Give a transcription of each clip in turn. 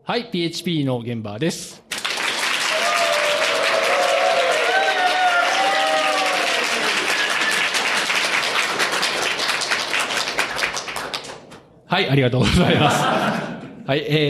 はい、PHP の現場です。はい、ありがとうございます。はい、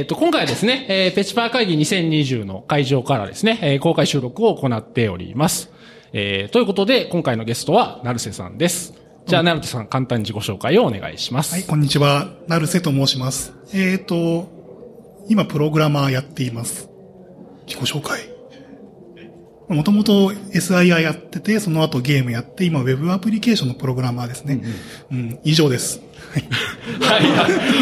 今回はですね、ペチパー会議2020の会場からですね、公開収録を行っております。ということで、今回のゲストは、成瀬さんです。じゃあ、成瀬さん、簡単に自己紹介をお願いします。 はい、こんにちは。成瀬と申します。今、プログラマーやっています。自己紹介。もともと SIR やってて、その後ゲームやって、今、ウェブアプリケーションのプログラマーですね。以上です。 はい。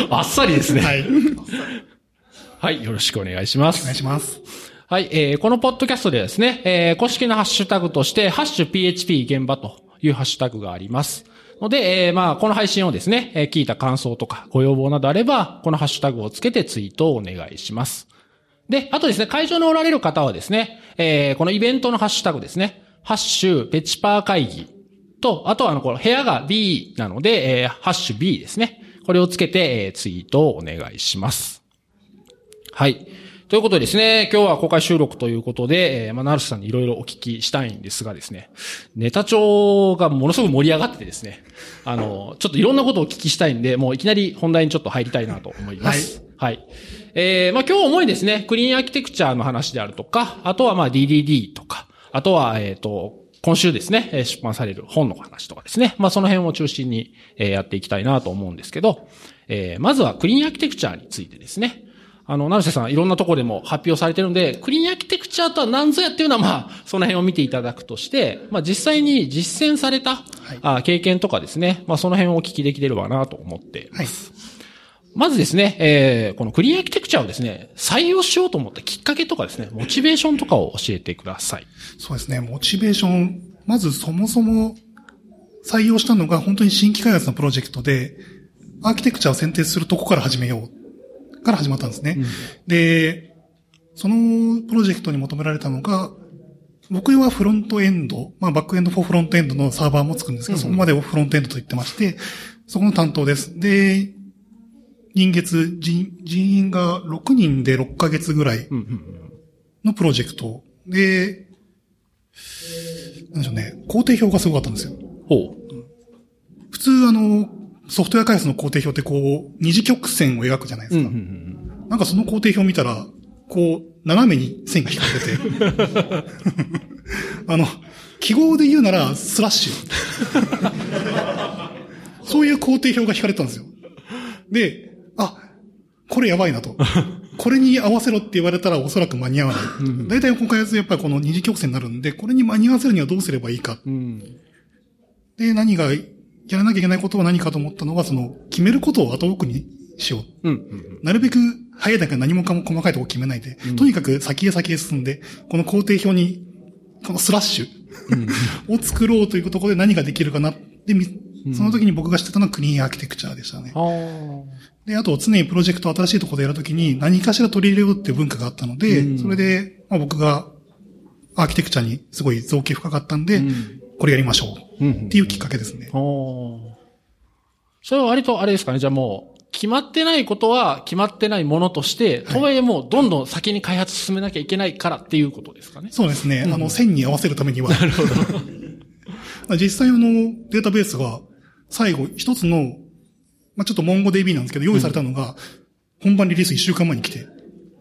あっさりですね。 はい。 はい、よろしくお願いします。 お願いします。 はい、このポッドキャストでですね、公式のハッシュタグとして、ハッシュ PHP 現場というハッシュタグがあります。ので、この配信をですね、聞いた感想とかご要望などあれば、このハッシュタグをつけてツイートをお願いします。で、あとですね、会場におられる方はですね、このイベントのハッシュタグですね、ハッシュペチパー会議と、あとはこの部屋が B なので、ハッシュ B ですね。これをつけて、ツイートをお願いします。はい。ということでですね、今日は公開収録ということで、成瀬さんにいろいろお聞きしたいんですがですね、ネタ帳がものすごく盛り上がっててですね、ちょっといろんなことをお聞きしたいんで、もういきなり本題にちょっと入りたいなと思います。はい。今日主にですね、クリーンアーキテクチャの話であるとか、あとはDDD とか、あとは、今週ですね、出版される本の話とかですね、その辺を中心に、やっていきたいなと思うんですけど、まずはクリーンアーキテクチャについてですね、成瀬さんいろんなところでも発表されてるんで、クリーンアーキテクチャとは何ぞやっていうのはその辺を見ていただくとして、実際に実践された、経験とかですね、その辺をお聞きできればなと思っています。まずですね、このクリーンアーキテクチャをですね、採用しようと思ったきっかけとかですね、モチベーションとかを教えてください。 そうですね、モチベーション、まずそもそも採用したのが本当に新規開発のプロジェクトで、アーキテクチャを選定するとこから始めよう。から始まったんですね。で、そのプロジェクトに求められたのが、僕はフロントエンド、バックエンドフォーフロントエンドのサーバーも作るんですけど、そこまでをフロントエンドと言ってまして、そこの担当です。で、人員が6人で6ヶ月ぐらいのプロジェクトで、なんでしょうね、工程表がすごかったんですよ。普通ソフトウェア開発の工程表って二次曲線を描くじゃないですか。なんかその工程表を見たら、斜めに線が引かれてて。記号で言うなら、スラッシュ。そういう工程表が引かれてたんですよ。で、これやばいなと。これに合わせろって言われたらおそらく間に合わない。だいたい今回やっぱりこの二次曲線になるんで、これに間に合わせるにはどうすればいいか。で、何が、やらなきゃいけないことは何かと思ったのは、決めることを後奥にしよう。なるべく早い段階何もかも細かいところ決めないで、とにかく先へ進んで、この工程表に、このスラッシュを作ろうというところで何ができるかなって、その時に僕が知ってたのはクリーンアーキテクチャでしたね。で、あと常にプロジェクトを新しいところでやるときに何かしら取り入れようっていう文化があったので、それで、僕がアーキテクチャにすごい造形深かったんで、これやりましょうっていうきっかけですね。 それは割とあれですかね。じゃあもう決まってないことは決まってないものとして、とはいえもうどんどん先に開発進めなきゃいけないからっていうことですかね。 そうですね。線に合わせるためには。 なるほど。 実際データベースが最後一つのちょっと MongoDB なんですけど用意されたのが本番リリース1週間前に来て。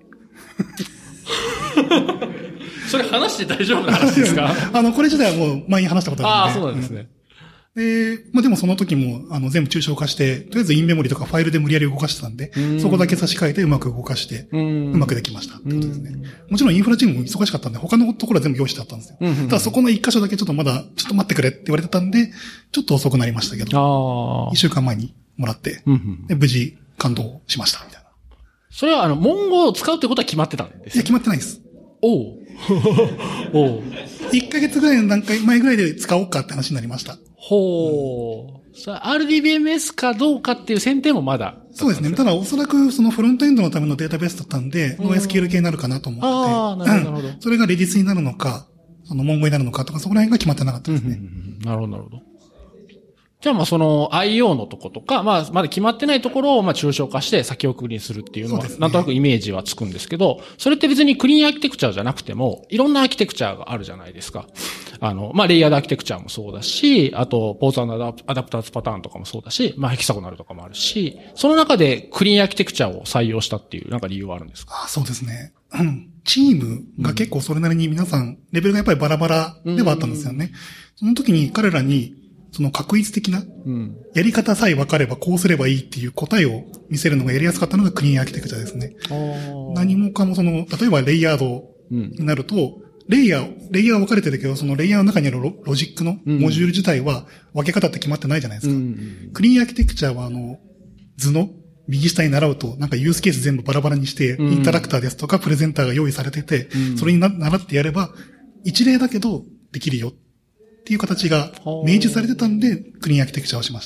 それ話して大丈夫な話ですか？ これ自体はもう前に話したことあるんで。 そうなんですね。 で、でもその時も、全部抽象化して、とりあえずインメモリとかファイルで無理やり動かしてたんで、そこだけ差し替えてうまく動かして、うまくできましたってことですね。もちろんインフラチームも忙しかったんで、他のところは全部用意してあったんですよ。ただそこの一箇所だけちょっとまだ、ちょっと待ってくれって言われてたんで、ちょっと遅くなりましたけど、1週間前にもらって、で無事感動しました、みたいな。 それはモンゴを使うってことは決まってたんですか？ いや、決まってないです。1ヶ月ぐらいの段階前ぐらいで使おうかって話になりました。 それ RDBMS かどうかっていう選定もまだ。 そうですね。ただおそらくそのフロントエンドのためのデータベースだったんで、NoSQL 系になるかなと思ってて。 なるほど。 それがレディスになるのか、モンゴになるのかとか、そこら辺が決まってなかったですね。 なるほど。 じゃあまあその IO のとことか、まあまだ決まってないところをまあ抽象化して先送りにするっていうのは、なんとなくイメージはつくんですけど、それって別にクリーンアーキテクチャじゃなくても、いろんなアーキテクチャがあるじゃないですか。まあレイヤードアーキテクチャもそうだし、あとポーズ&アダプターズパターンとかもそうだし、まあヘキサゴナルとかもあるし、その中でクリーンアーキテクチャを採用したっていうなんか理由はあるんですか？ そうですね。チームが結構それなりに皆さん、レベルがやっぱりバラバラではあったんですよね。その時に彼らに、その確一的な、やり方さえ分かればこうすればいいっていう答えを見せるのがやりやすかったのがクリーンアーキテクチャですね。何もかも例えばレイヤードになると、レイヤーは分かれてるけど、そのレイヤーの中にあるロジックのモジュール自体は分け方って決まってないじゃないですか。クリーンアーキテクチャは図の右下に習うと、なんかユースケース全部バラバラにして、インタラクターですとかプレゼンターが用意されてて、それに習ってやれば、一例だけどできるよっていう形が明示されてたんで、クリーンアーキテクチャをしました。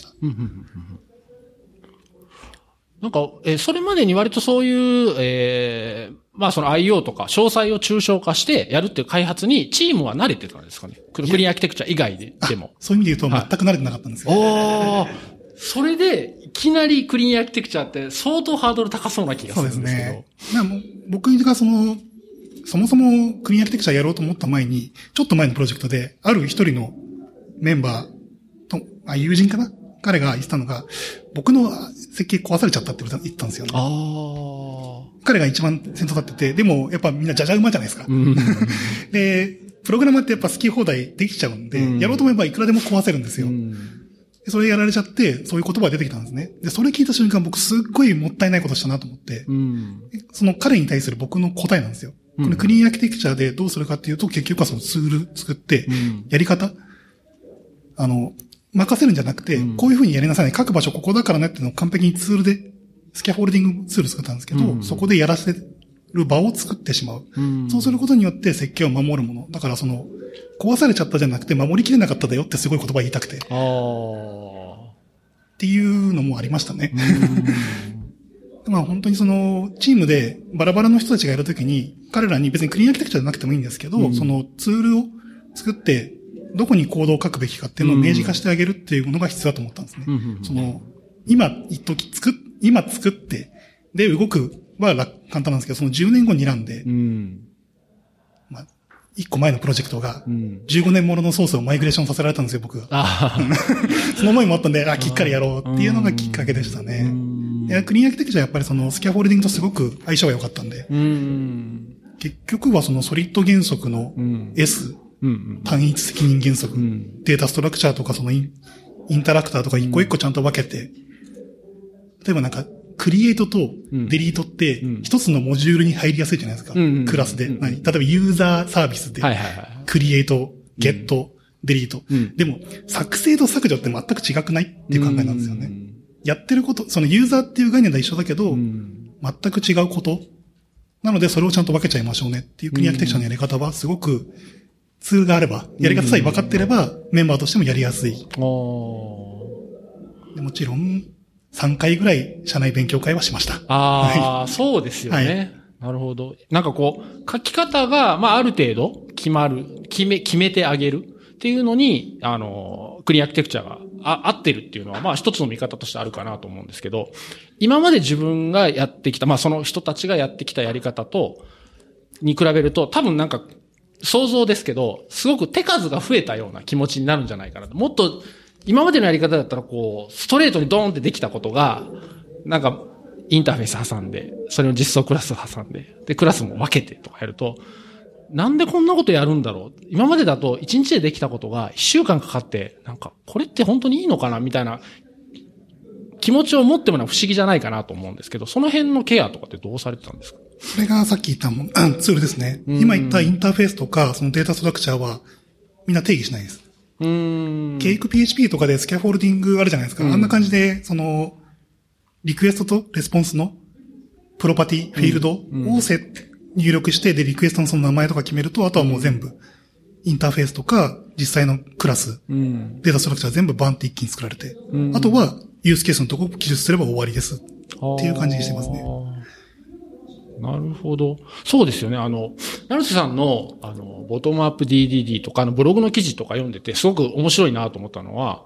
なんか、それまでに割とそういう、まあその IO とか詳細を抽象化してやるっていう開発にチームは慣れてたんですかね。クリーンアーキテクチャ以外でも。 そういう意味で言うと全く慣れてなかったんですよ。 それで、いきなりクリーンアーキテクチャって相当ハードル高そうな気がするんですけど。そうですね。僕がそもそもクリーンアーキテクチャやろうと思った前に、ちょっと前のプロジェクトで、ある一人のメンバーと、友人かな？彼が言ってたのが、僕の設計壊されちゃったって言ったんですよね。彼が一番先頭立ってて、でもやっぱみんなじゃじゃ馬じゃないですか。で、プログラマーってやっぱ好き放題できちゃうんで、やろうと思えばいくらでも壊せるんですよ。それやられちゃって、そういう言葉が出てきたんですね。で、それ聞いた瞬間僕すっごいもったいないことしたなと思って、その彼に対する僕の答えなんですよ。これクリーンアーキテクチャでどうするかっていうと、結局はそのツール作って、やり方、任せるんじゃなくて、こういう風にやりなさいね。各場所ここだからねっていうのを完璧にツールで、スキャフォールディングツール作ったんですけど、そこでやらせる場を作ってしまう。そうすることによって設計を守るもの。だから壊されちゃったじゃなくて守りきれなかっただよってすごい言葉言いたくて。っていうのもありましたね。まあ本当にチームでバラバラの人たちがやるときに、彼らに別にクリーンアーキテクチャじゃなくてもいいんですけど、そのツールを作って、どこにコードを書くべきかっていうのを明示化してあげるっていうのが必要だと思ったんですね。今作って、で、動くは簡単なんですけど、その10年後にらんで、まあ、1個前のプロジェクトが、15年もののソースをマイグレーションさせられたんですよ、僕が。その思いもあったんで、きっかりやろうっていうのがきっかけでしたね。クリーンアーキテクチャはやっぱりスキャフォールディングとすごく相性が良かったんで、結局はソリッド原則の S、単一責任原則、データストラクチャーとかインタラクターとか一個一個ちゃんと分けて、例えばなんか、クリエイトとデリートって一つのモジュールに入りやすいじゃないですか。クラスで。例えばユーザーサービスで、クリエイト、ゲット、デリート。でも、作成と削除って全く違くないっていう考えなんですよね。やってること、そのユーザーっていう概念は一緒だけど、全く違うこと。なので、それをちゃんと分けちゃいましょうねっていうクリーンアーキテクチャのやり方はすごく、ツールがあれば、やり方さえ分かってれば、メンバーとしてもやりやすい。でもちろん、3回ぐらい社内勉強会はしました。 そうですよね。なるほど。なんか書き方が、まあ、ある程度決めてあげるっていうのに、クリーンアーキテクチャが合ってるっていうのは、まあ、一つの見方としてあるかなと思うんですけど、今まで自分がやってきた、まあ、その人たちがやってきたやり方に比べると、多分なんか、想像ですけど、すごく手数が増えたような気持ちになるんじゃないかなと。もっと、今までのやり方だったらストレートにドーンってできたことが、なんか、インターフェース挟んで、それを実装クラス挟んで、で、クラスも分けてとかやると、なんでこんなことやるんだろう。今までだと1日でできたことが1週間かかって、なんか、これって本当にいいのかなみたいな気持ちを持ってもらう不思議じゃないかなと思うんですけど、その辺のケアとかってどうされてたんですか？ それがさっき言ったツールですね。今言ったインターフェースとか、そのデータストラクチャーは、みんな定義しないです。ケイク PHP とかでスキャフォールディングあるじゃないですか。あんな感じで、リクエストとレスポンスのプロパティ、フィールドを入力して、で、リクエストのその名前とか決めると、あとはもう全部、インターフェースとか、実際のクラス、データストラクチャー全部バンって一気に作られて、あとは、ユースケースのところを記述すれば終わりです。っていう感じにしてますね。 なるほど。そうですよね。成瀬さんの、ボトムアップ DDD とか、ブログの記事とか読んでて、すごく面白いなと思ったのは、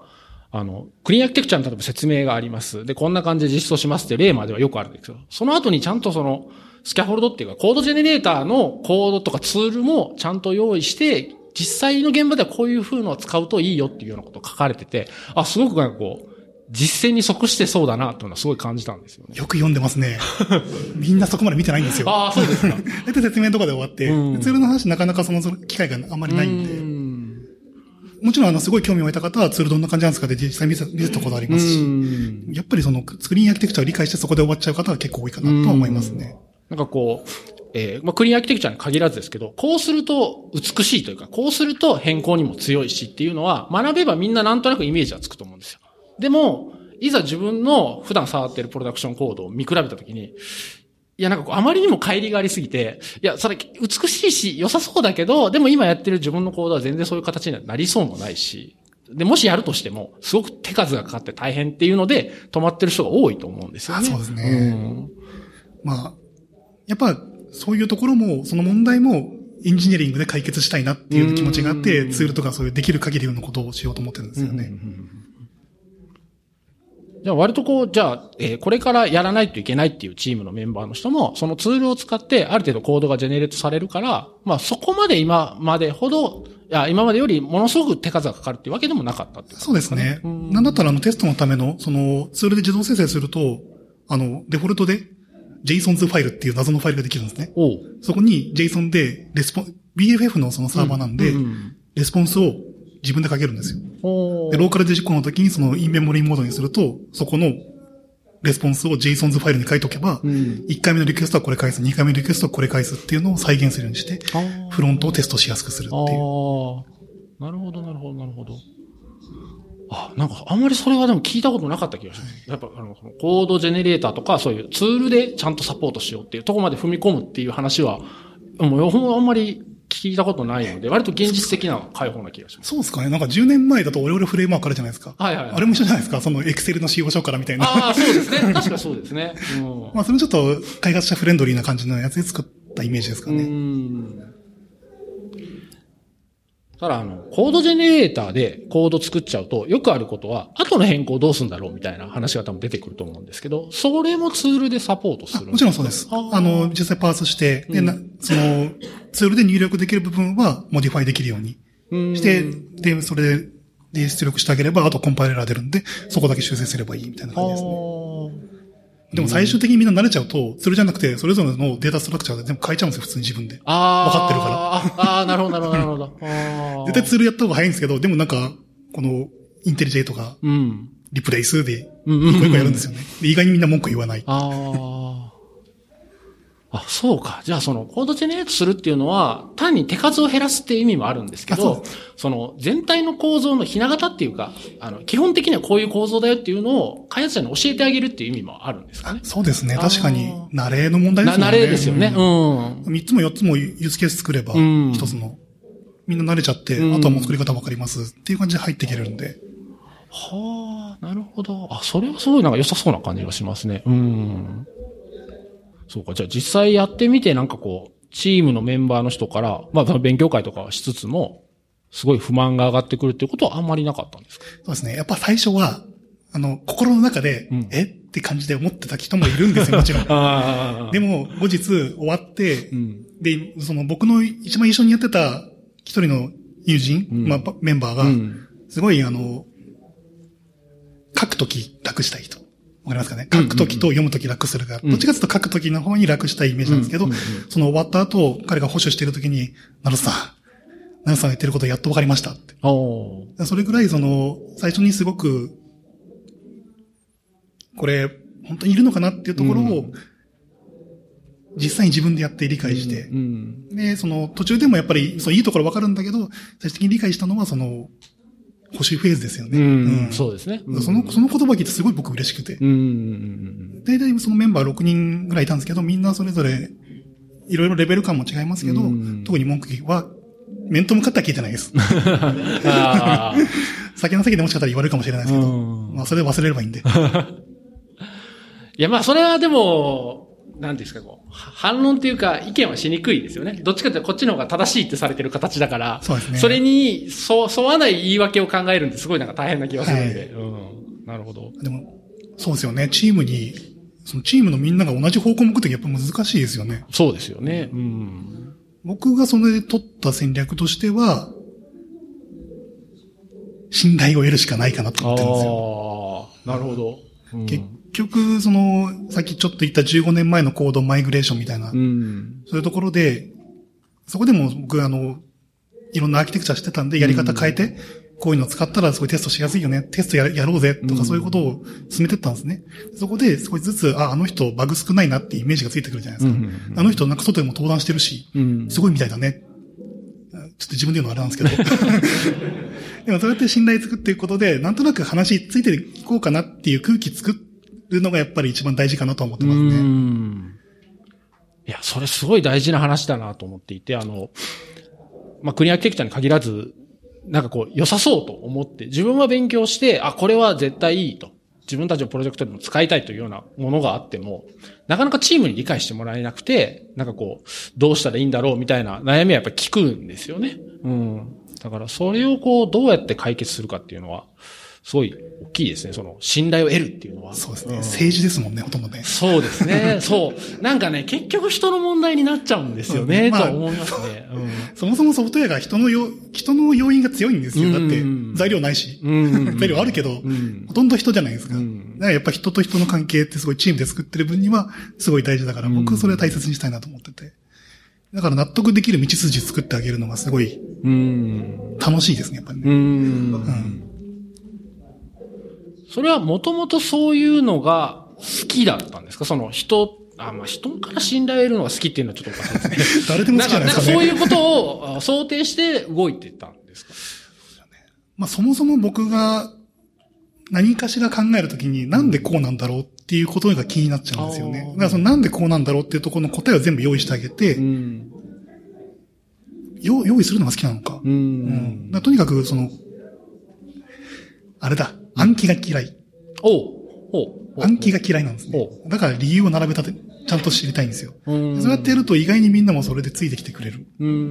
クリーンアーキテクチャの例えば説明があります。で、こんな感じで実装しますって例まではよくあるんですけど、その後にちゃんとスキャフォルドっていうか、コードジェネレーターのコードとかツールもちゃんと用意して、実際の現場ではこういう風のを使うといいよっていうようなこと書かれてて、すごくなんか実践に即してそうだなというのはすごい感じたんですよね。 よく読んでますね。みんなそこまで見てないんですよ。 そうですか。 大体説明とかで終わって、ツールの話なかなかその機会があんまりないんで。もちろんすごい興味を湧いた方はツールどんな感じなんですかって実際見せたことありますし、やっぱりクリーンアーキテクチャを理解してそこで終わっちゃう方は結構多いかなとは思いますね。 なんかクリーンアーキテクチャに限らずですけど、こうすると美しいというか、こうすると変更にも強いしっていうのは、学べばみんななんとなくイメージはつくと思うんですよ。でも、いざ自分の普段触っているプロダクションコードを見比べたときに、いやなんかあまりにも乖離がありすぎて、いや、それ美しいし良さそうだけど、でも今やってる自分のコードは全然そういう形になりそうもないし、で、もしやるとしても、すごく手数がかかって大変っていうので、止まってる人が多いと思うんですよね。 そうですね。やっぱ、そういうところも、その問題も、エンジニアリングで解決したいなっていう気持ちがあって、ツールとかそういうできる限りのことをしようと思ってるんですよね。 じゃあ割とこれからやらないといけないっていうチームのメンバーの人も、そのツールを使ってある程度コードがジェネレートされるから、そこまで今までよりものすごく手数がかかるっていうわけでもなかったっていう、 そうですね。なんだったらテストのための、ツールで自動生成すると、デフォルトで JSONs ファイルっていう謎のファイルができるんですね。そこに JSON でBFF のそのサーバーなんで、レスポンスを自分で書けるんですよ。で、ローカルで実行の時にインメモリーモードにすると、そこのレスポンスを JSONs ファイルに書いておけば、1回目のリクエストはこれ返す、2回目のリクエストはこれ返すっていうのを再現するようにして、フロントをテストしやすくするっていう。 なるほど。なんかあんまりそれはでも聞いたことなかった気がします。やっぱコードジェネレーターとかそういうツールでちゃんとサポートしようっていうところまで踏み込むっていう話は、もうあんまり聞いたことないので、割と現実的な解放な気がします。 そうですかね。なんか10年前だとオレオレフレームワークあるじゃないですか。あれも一緒じゃないですか。エクセルの使用書からみたいな。 そうですね。確かそうですね。 それもちょっと開発者フレンドリーな感じのやつで作ったイメージですかね。 ただコードジェネレーターでコード作っちゃうと、よくあることは、後の変更どうするんだろうみたいな話が多分出てくると思うんですけど、それもツールでサポートするんですか？ もちろんそうです。実際パースして、で、ツールで入力できる部分はモディファイできるようにして、で、それで出力してあげれば、あとコンパイラー出るんで、そこだけ修正すればいいみたいな感じですね。でも最終的にみんな慣れちゃうと、ツールじゃなくて、それぞれのデータストラクチャーで全部変えちゃうんですよ、普通に自分で。分かってるから。なるほど。 絶対ツールやった方が早いんですけど、でもなんか、この、インテリジェイとか、リプレイスで、一個一個やるんですよね。で、意外にみんな文句言わない。 そうか。じゃあコードジェネレートするっていうのは、単に手数を減らすっていう意味もあるんですけど、全体の構造のひな形っていうか、基本的にはこういう構造だよっていうのを、開発者に教えてあげるっていう意味もあるんですかね。 そうですね。確かに、慣れの問題ですよね。 慣れですよね。 3つも4つもユースケース作れば、一つの。みんな慣れちゃって、あとはもう作り方わかりますっていう感じで入っていけるんで。 なるほど。それはすごいなんか良さそうな感じがしますね。そうか。じゃあ実際やってみてチームのメンバーの人から、その勉強会とかはしつつも、すごい不満が上がってくるっていうことはあんまりなかったんですか？ そうですね。やっぱ最初は、心の中で、って感じで思ってた人もいるんですよ、もちろん。でも、後日終わって、で、僕の一番一緒にやってた一人の友人、メンバーが、すごい書くとき楽したい人。わかりますかね？書くときと読むとき楽するが、どっちかというと書くときの方に楽したいイメージなんですけど、その終わった後、彼が保守しているときに、ナルさんが言ってることやっとわかりましたって。それぐらい最初にすごく、これ、本当にいるのかなっていうところを、実際に自分でやって理解して、で、途中でもやっぱり、いいところわかるんだけど、最終的に理解したのは、保守フェーズですよね。 そうですね。 その言葉聞いてすごい僕嬉しくて。大体そのメンバー6人ぐらいいたんですけど、みんなそれぞれ、いろいろレベル感も違いますけど、特に文句は、面と向かっては聞いてないです。先の先でもしかしたら言われるかもしれないですけど、それで忘れればいいんで。 いや、それはでも、 なんですか、反論っていうか、意見はしにくいですよね。どっちかというとこっちの方が正しいってされてる形だから、 そうですね。 それに沿わない言い訳を考えるんですごいなんか大変な気がするんで。なるほど。 でも、そうですよね。チームのみんなが同じ方向向くときやっぱ難しいですよね。 そうですよね。 僕がそれで取った戦略としては、信頼を得るしかないかなと思ってるんですよ。 なるほど。 結局、さっきちょっと言った15年前のコードマイグレーションみたいな、そういうところで、そこでも僕いろんなアーキテクチャしてたんで、やり方変えて、こういうのを使ったらすごいテストしやすいよね、テストやろうぜ、とかそういうことを進めてったんですね。そこで少しずつ、あの人バグ少ないなっていうイメージがついてくるじゃないですか。あの人なんか外でも登壇してるし、すごいみたいだね。ちょっと自分で言うのはあれなんですけど。でもそうやって信頼作っていくことで、なんとなく話ついていこうかなっていう空気作るのがやっぱり一番大事かなと思ってますね。 いや、それすごい大事な話だなと思っていて、国アーキテクチャに限らず、なんか良さそうと思って、自分は勉強して、これは絶対いいと。自分たちのプロジェクトでも使いたいというようなものがあっても、なかなかチームに理解してもらえなくて、なんかどうしたらいいんだろうみたいな悩みはやっぱり聞くんですよね。だからそれをどうやって解決するかっていうのは、すごい大きいですね。信頼を得るっていうのは。 そうですね。政治ですもんね、ほとんどね。 そうですね。そう。なんかね、結局人の問題になっちゃうんですよね、と思いますね。 そもそもソフトウェアが人の要因が強いんですよ。だって、材料ないし。材料あるけど、ほとんど人じゃないですか。だからやっぱ人と人の関係ってすごいチームで作ってる分には、すごい大事だから、僕それは大切にしたいなと思ってて。だから納得できる道筋作ってあげるのがすごい、楽しいですね、やっぱりね。 それはもともとそういうのが好きだったんですか？人から信頼を得るのが好きっていうのはちょっとおかしいですね。 誰でも好きじゃないですかね。 そういうことを想定して動いてたんですか？ そもそも僕が何かしら考えるときになんでこうなんだろうっていうことが気になっちゃうんですよね。だからなんでこうなんだろうっていうところの答えを全部用意してあげて、用意するのが好きなのか。とにかくあれだ。暗記が嫌い。暗記が嫌いなんですね。だから理由を並べたて、ちゃんと知りたいんですよ。そうやってやると意外にみんなもそれでついてきてくれる。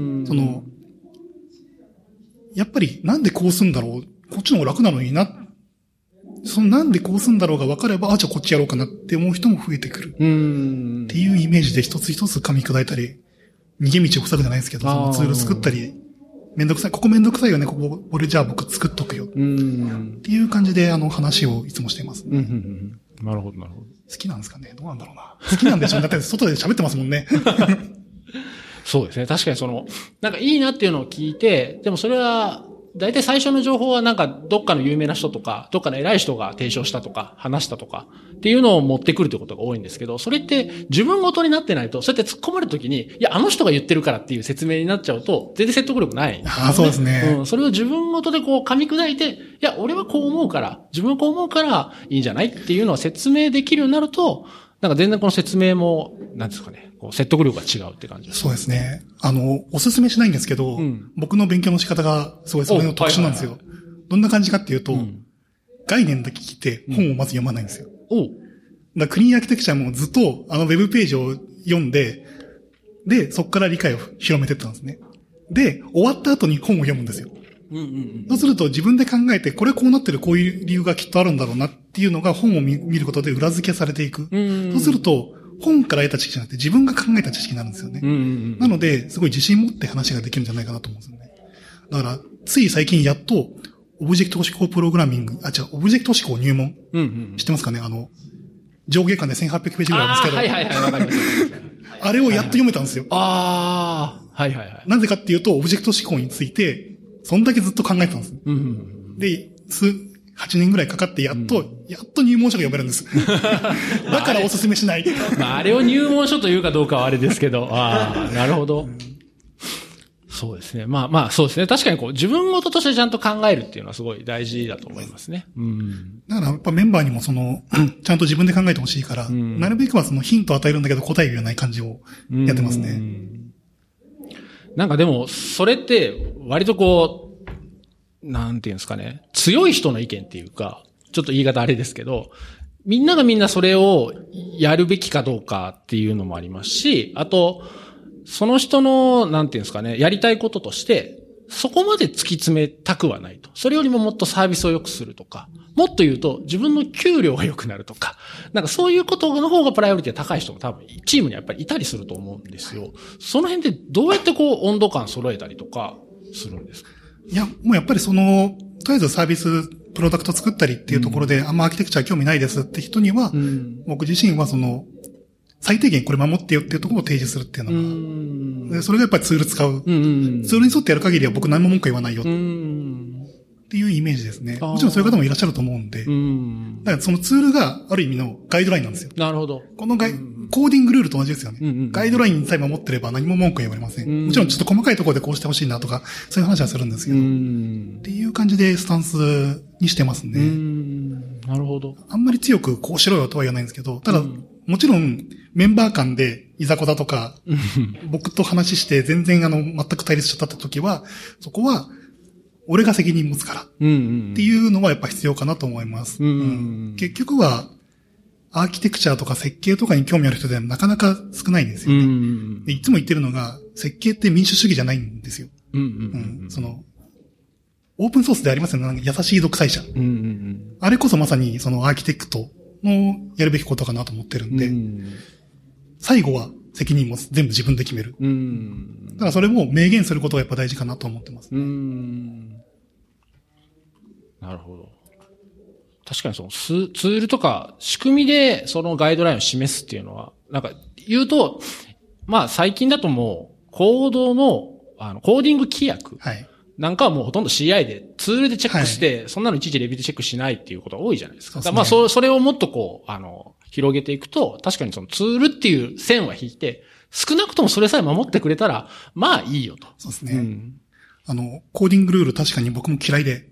やっぱりなんでこうすんだろう、こっちの方が楽なのにな。なんでこうすんだろうが分かれば、じゃあこっちやろうかなって思う人も増えてくる。っていうイメージで一つ一つ噛み砕いたり、逃げ道を塞ぐじゃないですけど、そのツール作ったり、めんどくさい。ここめんどくさいよね。俺じゃあ僕作っとくよ。っていう感じで話をいつもしています。 なるほど、なるほど。 好きなんですかね。どうなんだろうな。好きなんでしょうね。だって外で喋ってますもんね。 そうですね。確かになんかいいなっていうのを聞いて、でもそれは、大体最初の情報はなんかどっかの有名な人とか、どっかの偉い人が提唱したとか、話したとかっていうのを持ってくるってことが多いんですけど、それって自分ごとになってないと、そうやって突っ込まれるときに、いや、あの人が言ってるからっていう説明になっちゃうと、全然説得力ない、ね。 そうですね。 それを自分ごとで噛み砕いて、いや、俺はこう思うから、自分はこう思うからいいんじゃないっていうのを説明できるようになると、なんか全然この説明も、なんですかね、説得力が違うって感じです。 そうですね。おすすめしないんですけど、僕の勉強の仕方がすごいそれの特殊なんですよ。どんな感じかっていうと、概念だけ聞いて本をまず読まないんですよ。だクリーンアーキテクチャもずっとウェブページを読んで、で、そこから理解を広めてったんですね。で、終わった後に本を読むんですよ。そうすると自分で考えて、これこうなってるこういう理由がきっとあるんだろうなっていうのが本を見ることで裏付けされていく。そうすると、本から得た知識じゃなくて自分が考えた知識になるんですよね。なので、すごい自信持って話ができるんじゃないかなと思うんですよね。だから、つい最近やっと、オブジェクト思考プログラミング、オブジェクト思考入門。知ってますかね？上下巻で1800ページぐらいあるんですけど。 わかります。あれをやっと読めたんですよ。 なぜかっていうと、オブジェクト思考について、そんだけずっと考えてたんです。で、8年ぐらいかかってやっと入門書が読めるんです。だからおすすめしない。 あれを入門書というかどうかはあれですけど、なるほど。そうですね。そうですね。確かに自分ごととしてちゃんと考えるっていうのはすごい大事だと思いますね。 だからやっぱメンバーにもちゃんと自分で考えてほしいから、なるべくはヒントを与えるんだけど答えが言わない感じをやってますね。 なんかでも、それって割となんていうんですかね、強い人の意見っていうか、ちょっと言い方あれですけど、 みんながみんなそれをやるべきかどうかっていうのもありますし、あと、その人の、なんていうんですかね、やりたいこととして、そこまで突き詰めたくはないと。それよりももっとサービスを良くするとか、もっと言うと自分の給料が良くなるとか、なんかそういうことの方がプライオリティが高い人も多分チームにやっぱりいたりすると思うんですよ。その辺でどうやってこう温度感揃えたりとかするんですか？ いや、もうやっぱりとりあえずサービス、プロダクト作ったりっていうところで、あんまアーキテクチャ興味ないですって人には、僕自身は最低限これ守ってよっていうところを提示するっていうのが、それがやっぱりツール使う。ツールに沿ってやる限りは僕何も文句言わないよっていうイメージですね。もちろんそういう方もいらっしゃると思うんで、だからそのツールがある意味のガイドラインなんですよ。 なるほど。 このコーディングルールと同じですよね。ガイドラインさえ守ってれば何も文句言われません。もちろんちょっと細かいところでこうしてほしいなとか、そういう話はするんですけど、っていう感じでスタンスにしてますね。 なるほど。 あんまり強くこうしろよとは言わないんですけど、ただ、もちろんメンバー間でいざこざとか、僕と話して全然全く対立しちゃったって時は、そこは、俺が責任持つから。っていうのはやっぱ必要かなと思います。結局は、アーキテクチャとか設計とかに興味ある人ではなかなか少ないんですよね。いつも言ってるのが、設計って民主主義じゃないんですよ。オープンソースでありますよね。優しい独裁者。あれこそまさにアーキテクトのやるべきことかなと思ってるんで、最後は責任も全部自分で決める。だからそれも明言することがやっぱ大事かなと思ってます。 なるほど。確かにツールとか仕組みでそのガイドラインを示すっていうのは、なんか言うと、まあ最近だともうコードの、コーディング規約。なんかはもうほとんど CI で、ツールでチェックして、そんなのいちいちレビューでチェックしないっていうことが多いじゃないですか。まあそれをもっとこう、広げていくと、確かにそのツールっていう線は引いて、少なくともそれさえ守ってくれたら、まあいいよと。 そうですね。コーディングルール確かに僕も嫌いで、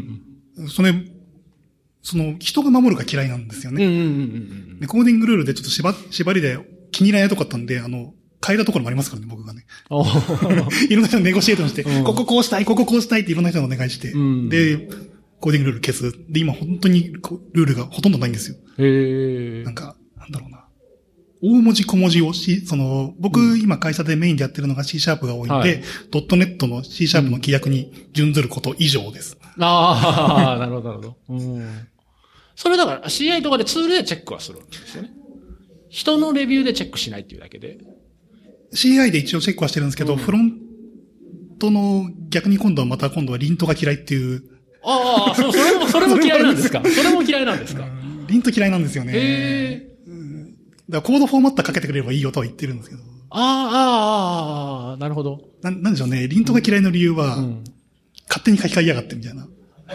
人が守るが嫌いなんですよね。で、コーディングルールでちょっと縛りで気に入らないとこあったんで、変えたところもありますからね、僕がね。いろんな人のネゴシエートして、こここうしたいっていろんな人にお願いして、で、コーディングルール消す。で、今本当にルールがほとんどないんですよ。なんか、なんだろうな。大文字小文字を僕今会社でメインでやってるのが C# が多いんで、.NET の C# の規約に準ずること以上です。 なるほど、なるほど。それだから CI とかでツールでチェックはするんですよね。人のレビューでチェックしないっていうだけで。 CI で一応チェックはしてるんですけど、フロントの逆に今度はリントが嫌いっていう。 それも嫌いなんですか？それも嫌いなんですか？ リント嫌いなんですよね。だからコードフォーマッターかけてくれればいいよとは言ってるんですけど。 なるほど。 なんでしょうね。リントが嫌いの理由は、勝手に書き換えやがってみたいな。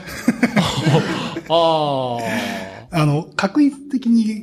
確率的に、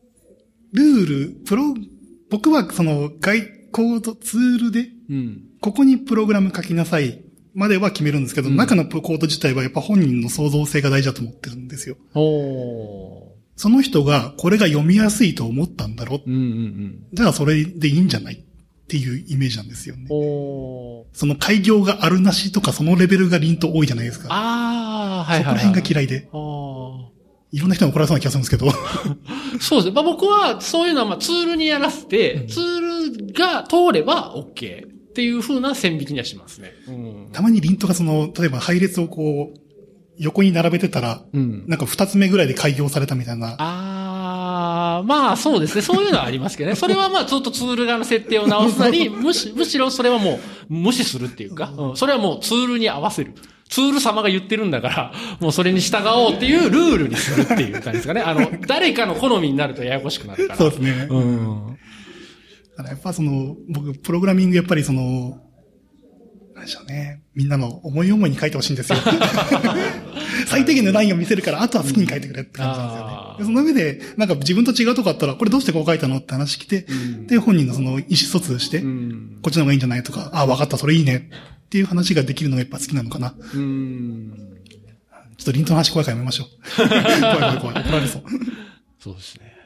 僕はコードツールで、ここにプログラム書きなさいまでは決めるんですけど、中のコード自体はやっぱ本人の創造性が大事だと思ってるんですよ。その人がこれが読みやすいと思ったんだろ。じゃあそれでいいんじゃないっていうイメージなんですよね。その開業があるなしとかそのレベルがリント多いじゃないですか。そこら辺が嫌いで。いろんな人に怒られそうな気がするんですけど。 そうですね。僕はそういうのはツールにやらせて、ツールが通れば OK っていう風な線引きにはしますね。 たまにリントが例えば配列を横に並べてたら、なんか二つ目ぐらいで開業されたみたいな。 まあそうですね。そういうのはありますけどね。それはまあちょっとツール側の設定を直すなり、むしろそれはもう無視するっていうか、それはもうツールに合わせる。ツール様が言ってるんだから、もうそれに従おうっていうルールにするっていう感じですかね。誰かの好みになるとややこしくなるから。 そうですね。だからやっぱ僕、プログラミングやっぱりなんでしょうね。みんなの思い思いに書いてほしいんですよ。最低限のラインを見せるから、あとは好きに書いてくれって感じなんですよね。その上で、なんか自分と違うとこあったら、これどうしてこう書いたのって話来て、で、本人の意思疎通して、こっちの方がいいんじゃないとか、わかった、それいいねっていう話ができるのがやっぱ好きなのかな。ちょっとリントの話怖いからやめましょう。怖い。怒られそう。 そうですね。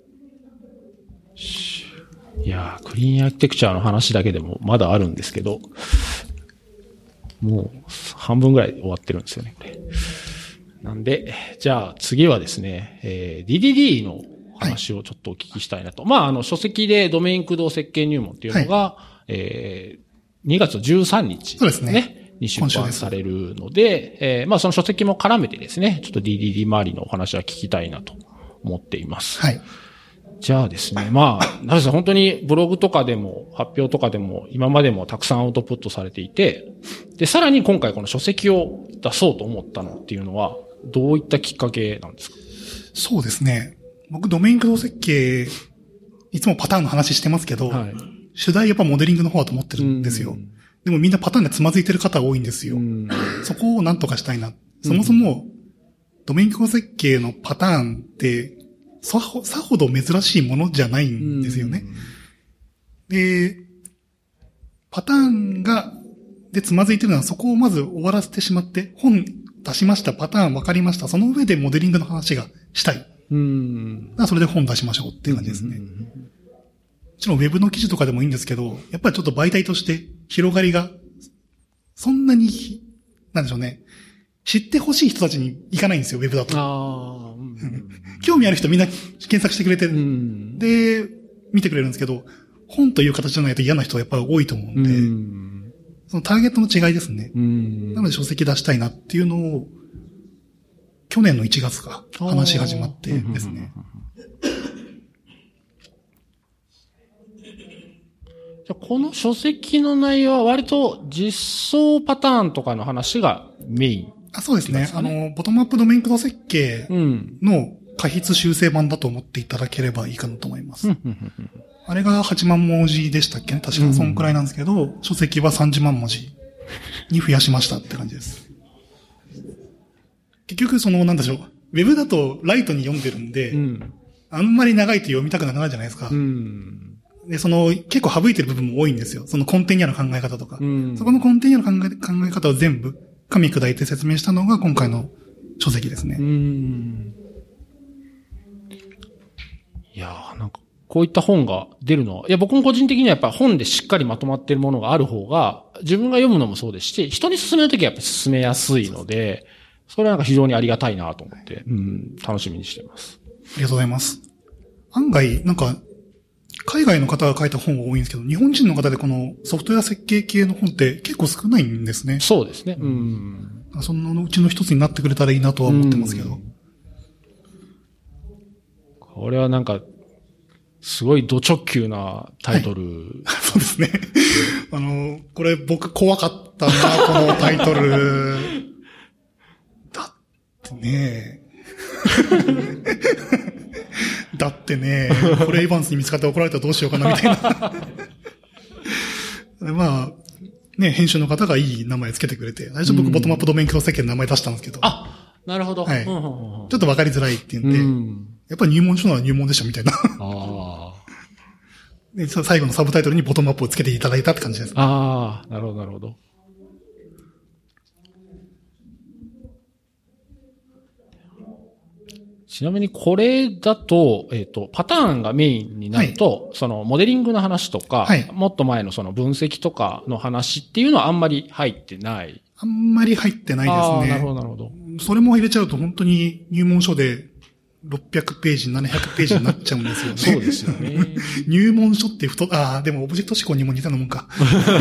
いやー、クリーンアーキテクチャの話だけでもまだあるんですけど、もう半分ぐらい終わってるんですよね、これ。 なんで、じゃあ次はですね、DDD の話をちょっとお聞きしたいなと。まあ、書籍でドメイン駆動設計入門っていうのが、2月13日、 そうですね。 に出版されるので、まあ、その書籍も絡めてですね、ちょっと DDD 周りのお話は聞きたいなと思っています。 はい。 じゃあですね、まあ、なぜか本当にブログとかでも発表とかでも今までもたくさんアウトプットされていて、で、さらに今回この書籍を出そうと思ったのっていうのは、どういったきっかけなんですか？ そうですね。僕、ドメイン駆動設計、いつもパターンの話してますけど、はい、主題やっぱモデリングの方だと思ってるんですよ。でもみんなパターンでつまずいてる方多いんですよ。そこをなんとかしたいな。そもそも、ドメイン駆動設計のパターンって、さほど珍しいものじゃないんですよね。で、パターンでつまずいてるのはそこをまず終わらせてしまって、本出しました、パターン分かりました、その上でモデリングの話がしたい。だからそれで本出しましょうっていう感じですね。もちろんウェブの記事とかでもいいんですけど、やっぱりちょっと媒体として広がりが、そんなに、なんでしょうね。知ってほしい人たちに行かないんですよ、ウェブだと。興味ある人みんな検索してくれて、で、見てくれるんですけど、本という形じゃないと嫌な人はやっぱり多いと思うんで、そのターゲットの違いですね。なので書籍出したいなっていうのを、去年の1月か、話し始まってですね。 じゃこの書籍の内容は割と実装パターンとかの話がメイン。 そうですね。ボトムアップドメイン駆動設計の過筆修正版だと思っていただければいいかなと思います。あれが8万文字でしたっけね？確かそんくらいなんですけど、書籍は30万文字に増やしましたって感じです。結局なんでしょう。ウェブだとライトに読んでるんで、あんまり長いと読みたくなくなるじゃないですか。で、結構省いてる部分も多いんですよ。その根底にある考え方とか。そこの根底にある考え方を全部噛み砕いて説明したのが今回の書籍ですね。 いやー、なんか、こういった本が出るのは、いや、僕も個人的にはやっぱ本でしっかりまとまっているものがある方が、自分が読むのもそうですし、人に勧めるときはやっぱり勧めやすいので、それはなんか非常にありがたいなと思って、楽しみにしています。 ありがとうございます。案外、なんか、海外の方が書いた本が多いんですけど、日本人の方でこのソフトウェア設計系の本って結構少ないんですね。 そうですね。 そのうちの一つになってくれたらいいなとは思ってますけど。 これはなんか、すごいド直球なタイトル。 そうですね。これ僕怖かったな、このタイトル。だってね、これエヴァンスに見つかって怒られたらどうしようかなみたいな。まあ、ね、編集の方がいい名前つけてくれて、最初僕ボトムアップドメイン駆動設計の名前出したんですけど。 なるほど。 はい。ちょっとわかりづらいっていうんで、やっぱり入門書なら入門でしょみたいな。で、最後のサブタイトルにボトムアップをつけていただいたって感じです。 なるほど、なるほど。ちなみにこれだと、パターンがメインになると、そのモデリングの話とか、もっと前のその分析とかの話っていうのはあんまり入ってない。 あんまり入ってないですね。 なるほど、なるほど。 それも入れちゃうと本当に入門書で600ページ、700ページになっちゃうんですよね。 そうですよね。 入門書ってでもオブジェクト思考にも似たようなもんか。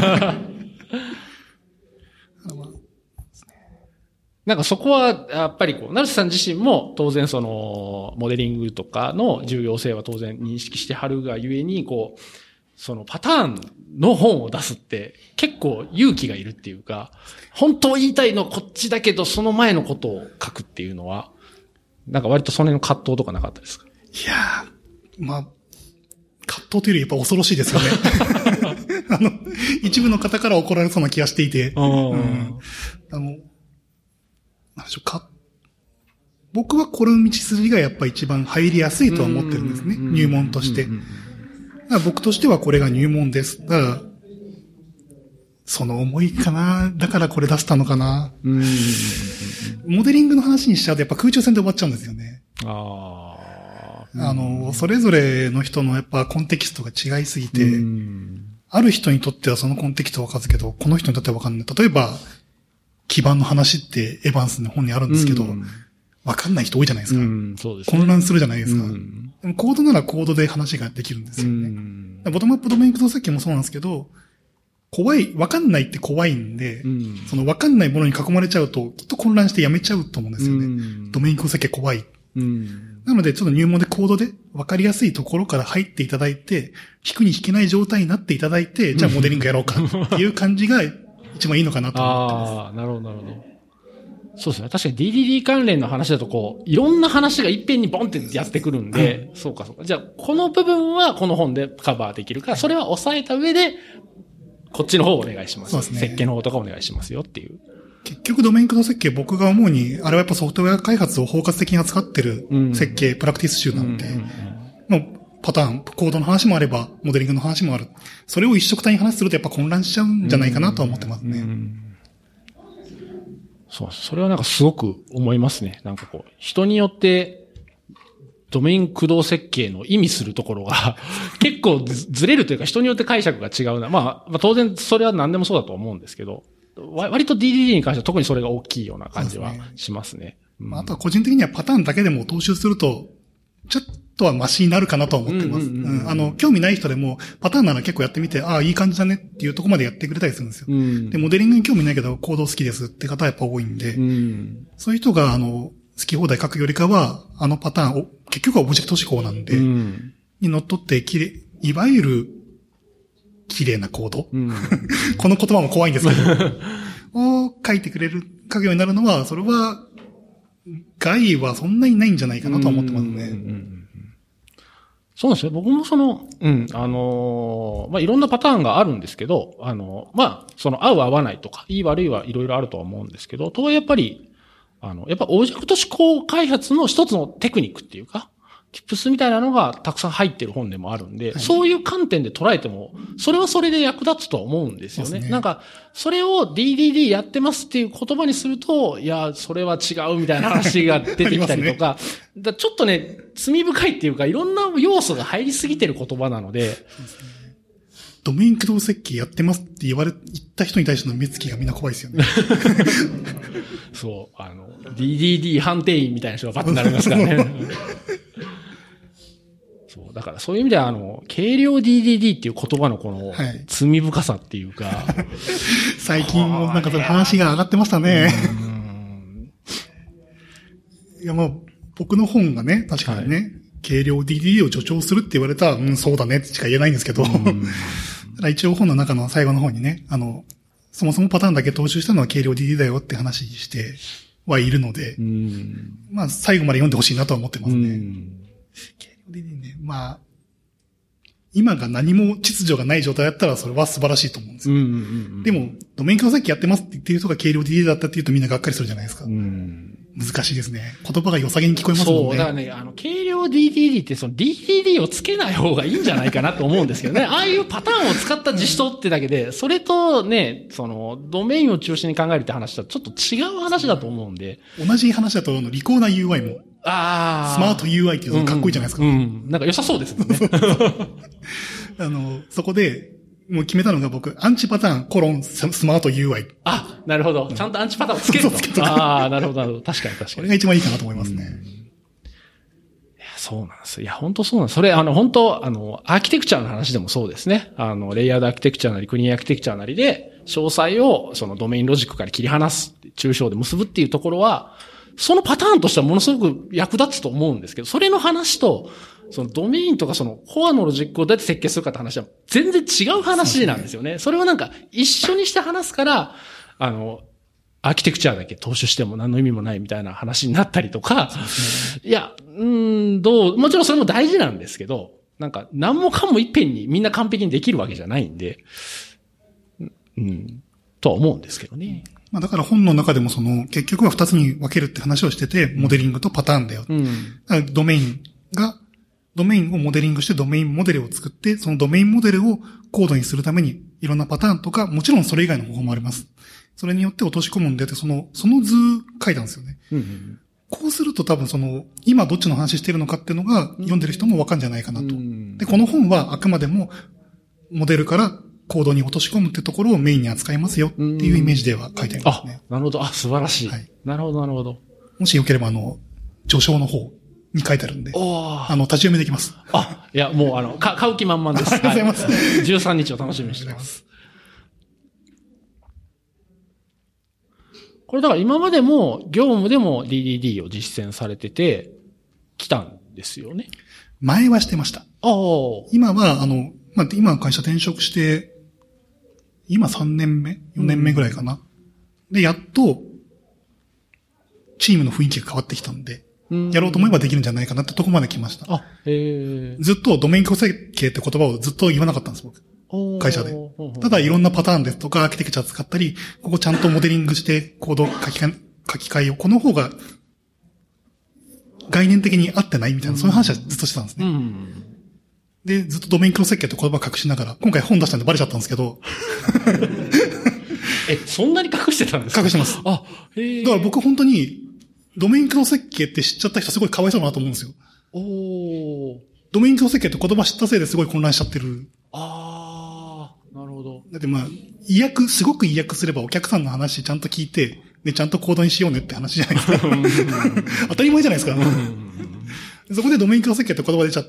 なんかそこは、やっぱり成瀬さん自身も当然モデリングとかの重要性は当然認識してはるがゆえに、そのパターンの本を出すって結構勇気がいるっていうか、本当言いたいのこっちだけどその前のことを書くっていうのは、なんか割とその辺の葛藤とかなかったですか？ いやー、まあ、葛藤というよりやっぱ恐ろしいですよね。一部の方から怒られそうな気がしていて、なんでしょうか。僕はこの道筋がやっぱ一番入りやすいとは思ってるんですね。入門として。だから僕としてはこれが入門です。だから、その思いかな。だからこれ出したのかな。モデリングの話にしちゃうとやっぱ空中戦で終わっちゃうんですよね。それぞれの人のやっぱコンテキストが違いすぎて、ある人にとってはそのコンテキストわかるけど、この人にとってはわかんない。例えば、基盤の話ってエヴァンスの本にあるんですけど、 わかんない人多いじゃないですか。 そうですね。 混乱するじゃないですか。でもコードならコードで話ができるんですよね。ボトムアップドメイン駆動設計もそうなんですけど、わかんないって怖いんで、そのわかんないものに囲まれちゃうと、きっと混乱してやめちゃうと思うんですよね。ドメイン駆動設計怖い。なので、ちょっと入門でコードでわかりやすいところから入っていただいて、引くに引けない状態になっていただいて、じゃあモデリングやろうかっていう感じが一番いいのかなと思ってます。 ああ、なるほど、なるほど。そうですね。確かに DDD 関連の話だといろんな話がいっぺんにボンってやってくるんで、そうかそうか。じゃあ、この部分はこの本でカバーできるから、それは抑えた上で、こっちの方お願いします。そうですね。設計の方とかお願いしますよっていう。 結局ドメイン駆動設計僕が思うに、あれはやっぱソフトウェア開発を包括的に扱ってる設計、プラクティス集なので、もうパターン、コードの話もあれば、モデリングの話もある。それを一色体に話するとやっぱ混乱しちゃうんじゃないかなとは思ってますね。 そう、それはなんかすごく思いますね。なんか人によって、ドメイン駆動設計の意味するところが結構ずれるというか人によって解釈が違うな。まあ当然それは何でもそうだと思うんですけど、割と DDD に関しては特にそれが大きいような感じはしますね。 あとは個人的にはパターンだけでも踏襲すると、ちょっとはマシになるかなとは思ってます。興味ない人でもパターンなら結構やってみて、ああ、いい感じだねっていうところまでやってくれたりするんですよ。で、モデリングに興味ないけどコード好きですって方はやっぱ多いんで、そういう人が好き放題書くよりかは、パターンを、結局はオブジェクト思考なんで、にのっとっていわゆる綺麗なコード、この言葉も怖いんですけど、を書いてくれる、書くようになるのは、それは、害はそんなにないんじゃないかなと思ってますね。 そうですね。僕もいろんなパターンがあるんですけど、合う合わないとか、いい悪いはいろいろあるとは思うんですけど、とはいえやっぱり、やっぱオブジェクト思考開発の一つのテクニックっていうか、tips みたいなのがたくさん入ってる本でもあるんで、そういう観点で捉えても、それはそれで役立つと思うんですよね。なんか、それを DDD やってますっていう言葉にすると、いや、それは違うみたいな話が出てきたりとか、ちょっとね、罪深いっていうか、いろんな要素が入りすぎてる言葉なので、 ドメイン駆動設計やってますって言った人に対しての目つきがみんな怖いですよね。 そう、DDD 判定員みたいな人がバッとなりますからね。そう、だからそういう意味では、軽量 DDD っていう言葉のこの、罪深さっていうか。 最近もなんかその話が上がってましたね。いや、僕の本がね、確かにね、軽量 DDD を助長するって言われたら、そうだねってしか言えないんですけど、ただ一応本の中の最後の方にね、そもそもパターンだけ踏襲したのは軽量 DDD だよって話してはいるので、最後まで読んでほしいなとは思ってますね。軽量 DDD ね、今が何も秩序がない状態だったらそれは素晴らしいと思うんですよ。でも、ドメイン駆動設計やってますって言ってる人が軽量 DDD だったって言うとみんながっかりするじゃないですか。難しいですね。言葉が良さげに聞こえますもんね。 そう、だからね、軽量 DDD ってその DDD をつけない方がいいんじゃないかなと思うんですけどね。ああいうパターンを使った実装ってだけで、それとね、ドメインを中心に考えるって話とはちょっと違う話だと思うんで。 同じ話だと、リコーダー UI も。スマート UI っていうのかっこいいじゃないですか。 なんか良さそうですもんね。 そこで、もう決めたのが僕、アンチパターン、コロン、スマート UI。 あ、なるほど。ちゃんとアンチパターンをつけると。なるほど、なるほど。確かに。 これが一番いいかなと思いますね。 いや、そうなんです。いや、本当そうなんです。それ、本当アーキテクチャの話でもそうですね。レイヤードアーキテクチャなり、クリーンアーキテクチャなりで、詳細を、ドメインロジックから切り離す、抽象で結ぶっていうところは、そのパターンとしてはものすごく役立つと思うんですけど、それの話と、ドメインとかコアのロジックをどうやって設計するかって話は全然違う話なんですよね。それをなんか一緒にして話すから、アーキテクチャだけ踏襲しても何の意味もないみたいな話になったりとか、いや、もちろんそれも大事なんですけど、なんか何もかもいっぺんにみんな完璧にできるわけじゃないんで、とは思うんですけどね。 だから本の中でも結局は二つに分けるって話をしてて、モデリングとパターンだよ。ドメインをモデリングしてドメインモデルを作って、そのドメインモデルをコードにするためにいろんなパターンとか、もちろんそれ以外の方法もあります。それによって落とし込むんで、その図書いたんですよね。こうすると多分今どっちの話してるのかっていうのが読んでる人もわかるんじゃないかなと。で、この本はあくまでもモデルからコードに落とし込むってところをメインに扱いますよっていうイメージでは書いてありますね。 なるほど。素晴らしい。なるほど、なるほど。 もしよければ序章の方に書いてあるんで、立ち読みできます。 いや、もう買う気満々です。 ありがとうございます。 13日を楽しみにしてます。これだから今までも業務でも DDD を実践されてて、来たんですよね。 前はしてました。今は、今会社転職して、今3年目 ?4 年目ぐらいかな。で、やっと、チームの雰囲気が変わってきたんで、やろうと思えばできるんじゃないかなってとこまで来ました。ずっとドメイン構成形って言葉をずっと言わなかったんです、僕。会社で。ただいろんなパターンですとか、アーキテクチャ使ったり、ここちゃんとモデリングしてコード書き換えを、この方が概念的に合ってないみたいな、そういう話はずっとしてたんですね。で、ずっとドメインクロ設計って言葉隠しながら、今回本出したんでバレちゃったんですけど。 そんなに隠してたんですか？ 隠してます。だから僕本当に、ドメインクロ設計って知っちゃった人すごいかわいそうだなと思うんですよ。ドメインクロ設計って言葉知ったせいですごい混乱しちゃってる。 なるほど。 だってすごく意訳すればお客さんの話ちゃんと聞いて、で、ちゃんとコードにしようねって話じゃないですか。当たり前じゃないですか。そこでドメインクロ設計って言葉出ちゃって、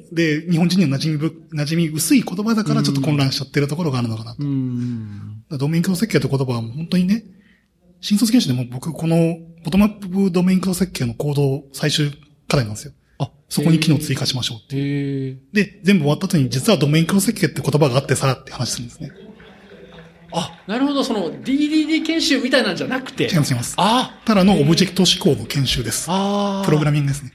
で、日本人には馴染み薄い言葉だからちょっと混乱しちゃってるところがあるのかなと。ドメインクロ設計って言葉は本当にね、新卒研修でも僕このボトムアップドメインクロ設計のコード最終課題なんですよ。そこに機能追加しましょうっていう。で、全部終わった後に実はドメインクロ設計って言葉があってさって話するんですね。 なるほど。その DDD 研修みたいなんじゃなくて。 違います。ただのオブジェクト思考の研修です。プログラミングですね。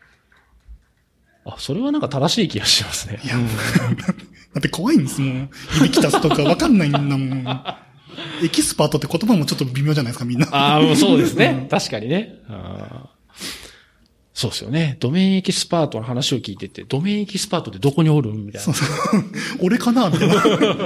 それはなんか正しい気がしますね。 いや、だって怖いんですもん。響き出すとかわかんないんだもん。エキスパートって言葉もちょっと微妙じゃないですか、みんな。 そうですね。確かにね。そうですよね。ドメインエキスパートの話を聞いてて、ドメインエキスパートってどこにおるみたいな。 俺かなみたいな。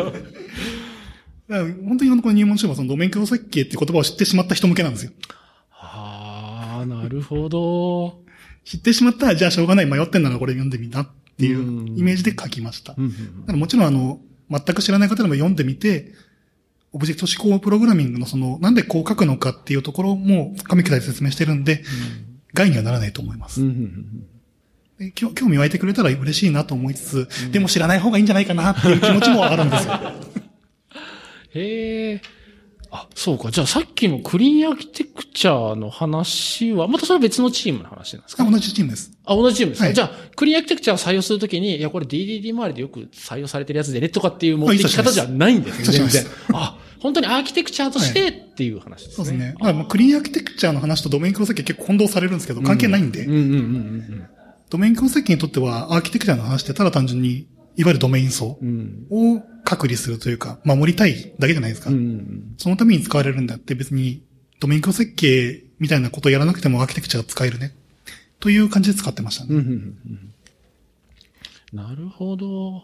本当にこの入門書はそのドメインクロ設計っていう言葉を知ってしまった人向けなんですよ。 なるほど。 知ってしまったら、じゃあしょうがない、迷ってんならこれ読んでみなっていうイメージで書きました。もちろん全く知らない方でも読んでみて、オブジェクト思考プログラミングのなんでこう書くのかっていうところも深めきで説明してるんで、害にはならないと思います。興味湧いてくれたら嬉しいなと思いつつ、でも知らない方がいいんじゃないかなっていう気持ちもあるんですよ。 そうか。じゃあさっきのクリーンアーキテクチャの話は、またそれは別のチームの話なんですか？ 同じチームです。 同じチームですか？じゃあ、クリーンアーキテクチャを採用するときに、いや、これ DDD 周りでよく採用されてるやつでねとかっていう持ってき方じゃないんですね。全然。本当にアーキテクチャとしてっていう話ですね。 そうですね。クリーンアーキテクチャの話とドメインクロ設計結構混同されるんですけど、関係ないんで。ドメインクロ設計にとっては、アーキテクチャの話ってただ単純に、いわゆるドメイン層を隔離するというか、守りたいだけじゃないですか。そのために使われるんだって別に、ドメインクロ設計みたいなことをやらなくてもアーキテクチャが使えるね。という感じで使ってましたね。 なるほど。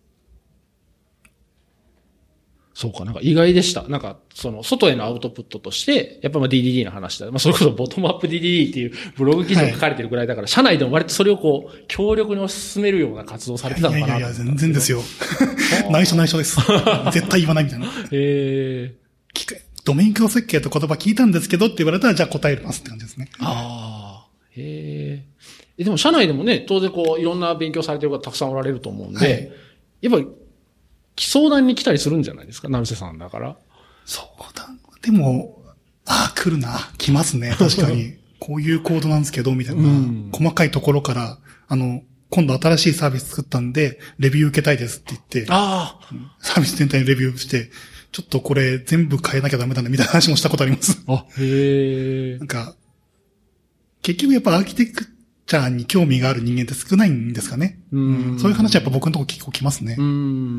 そうか、なんか意外でした。なんか、外へのアウトプットとして、やっぱDDD の話だ。それこそボトムアップ DDD っていうブログ記事が書かれてるぐらいだから、社内でも割とそれを強力に推し進めるような活動をされてたのかな。 いや、全然ですよ。内緒です。絶対言わないみたいな。ドメインクロ設計と言葉聞いたんですけどって言われたら、じゃあ答えますって感じですね。 でも社内でもね、当然いろんな勉強されてる方たくさんおられると思うんで、やっぱり、相談に来たりするんじゃないですか、成瀬さんだから。 相談でも、来るな。来ますね。確かに。こういうコードなんですけど、みたいな。細かいところから、今度新しいサービス作ったんで、レビュー受けたいですって言って、サービス全体にレビューして、ちょっとこれ全部変えなきゃダメだね、みたいな話もしたことあります。なんか、結局やっぱアーキテクチャに興味がある人間って少ないんですかね。そういう話はやっぱ僕のとこ結構来ますね。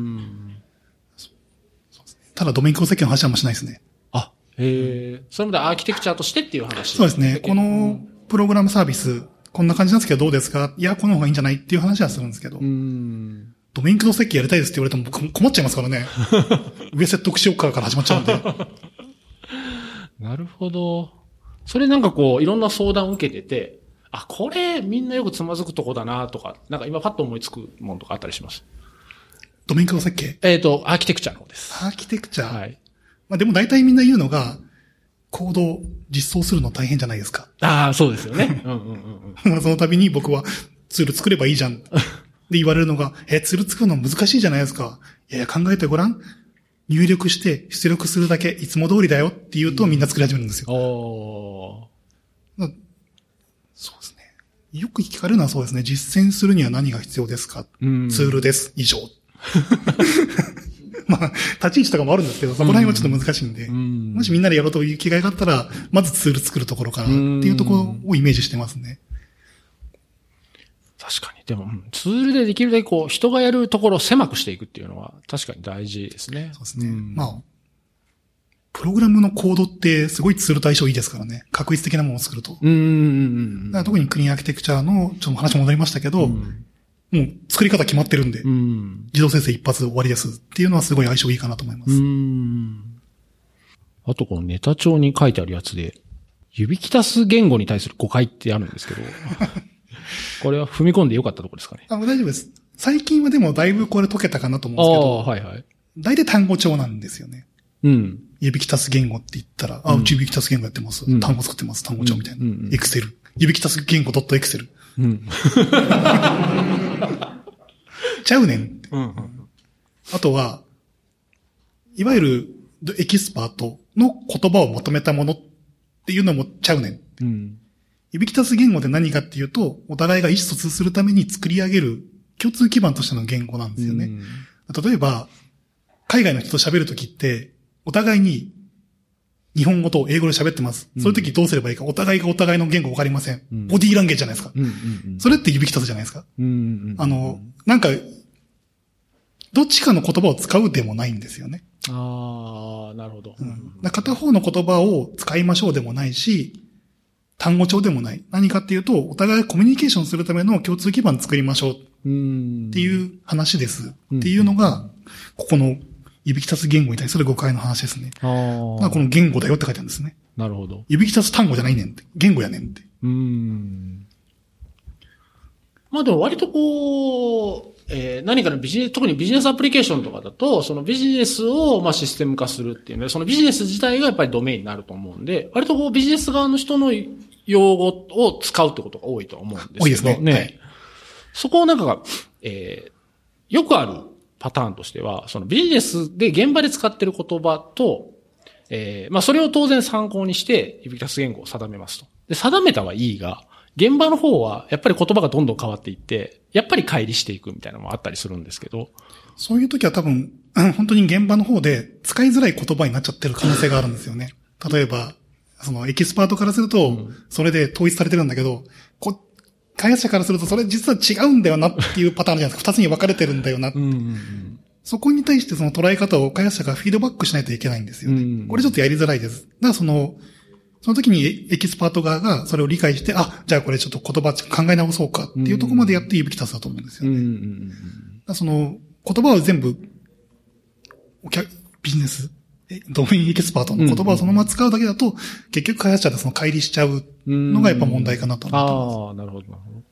ただドメインクロ設計の話はあんましないですね。 それまでアーキテクチャとしてっていう話。 そうですね。このプログラムサービス、こんな感じなんですけどどうですか？いや、この方がいいんじゃないっていう話はするんですけど。ドメインクロ設計やりたいですって言われても僕困っちゃいますからね。上説得しようから始まっちゃうんで。 なるほど。それなんかいろんな相談を受けてて、これみんなよくつまずくとこだなとか、なんか今パッと思いつくものとかあったりします？ ドメインクロ設計？ アーキテクチャの方です。 アーキテクチャ？でも大体みんな言うのが、 コードを実装するの大変じゃないですか。 ああ、そうですよね。 その度に僕はツール作ればいいじゃん。で言われるのが、ツール作るの難しいじゃないですか。いや考えてごらん。入力して出力するだけいつも通りだよって言うとみんな作り始めるんですよ。そうですね。よく聞かれるのはそうですね。実践するには何が必要ですか？ツールです。以上。まあ、立ち位置とかもあるんですけど、そこら辺はちょっと難しいんで、もしみんなでやろうという気概があったら、まずツール作るところからっていうところをイメージしてますね。 確かに。でも、ツールでできるだけこう、人がやるところを狭くしていくっていうのは確かに大事ですね。 そうですね。まあ、プログラムのコードってすごいツール対象いいですからね。確率的なものを作ると。だから特にクリーンアーキテクチャの、ちょっと話戻りましたけど、もう作り方決まってるんで、自動生成一発終わりですっていうのはすごい相性いいかなと思います。 あとこのネタ帳に書いてあるやつで、指揮足す言語に対する誤解ってあるんですけど、これは踏み込んでよかったところですかね。 大丈夫です。最近はでもだいぶこれ解けたかなと思うんですけど、大体単語帳なんですよね。指揮足す言語って言ったら、うち指揮足す言語やってます。単語作ってます。単語帳みたいな。エクセル。指揮足す言語.excel。ちゃうねん。あとは、いわゆるエキスパートの言葉をまとめたものっていうのもちゃうねん。指揮足す言語って何かっていうと、お互いが意思疎通するために作り上げる共通基盤としての言語なんですよね。例えば、海外の人と喋るときって、お互いに日本語と英語で喋ってます。そういうときどうすればいいか、お互いがお互いの言語わかりません。ボディーランゲージじゃないですか。それって指揮足すじゃないですか。なんか、どっちかの言葉を使うでもないんですよね。 なるほど。 片方の言葉を使いましょうでもないし、単語帳でもない。何かっていうと、お互いコミュニケーションするための共通基盤作りましょうっていう話です。っていうのが、ここの指揮足す言語に対する誤解の話ですね。この言語だよって書いてあるんですね。 なるほど。 指揮足す単語じゃないねんって。言語やねんって。 まあでも割とこう、何かの特にビジネスアプリケーションとかだと、そのビジネスをシステム化するっていうので、そのビジネス自体がやっぱりドメインになると思うんで、割とこうビジネス側の人の用語を使うってことが多いと思うんですけど。 多いですね。はい、 そこをなんか、よくあるパターンとしては、そのビジネスで現場で使ってる言葉と、それを当然参考にして指揮足す言語を定めますと。で、定めたはいいが、現場の方はやっぱり言葉がどんどん変わっていって、やっぱり乖離していくみたいなのもあったりするんですけど。 そういう時は多分、本当に現場の方で使いづらい言葉になっちゃってる可能性があるんですよね。例えば、そのエキスパートからすると、それで統一されてるんだけど、開発者からするとそれ実は違うんだよなっていうパターンじゃないですか。二つに分かれてるんだよな。そこに対してその捉え方を開発者がフィードバックしないといけないんですよね。これちょっとやりづらいです。だからその時にエキスパート側がそれを理解して、じゃあこれちょっと言葉考え直そうかっていうところまでやって指揮足すだと思うんですよね。その言葉を全部、ビジネス、ドメインエキスパートの言葉をそのまま使うだけだと、結局開発者でその乖離しちゃうのがやっぱ問題かなと思ってます。 なるほど、なるほど。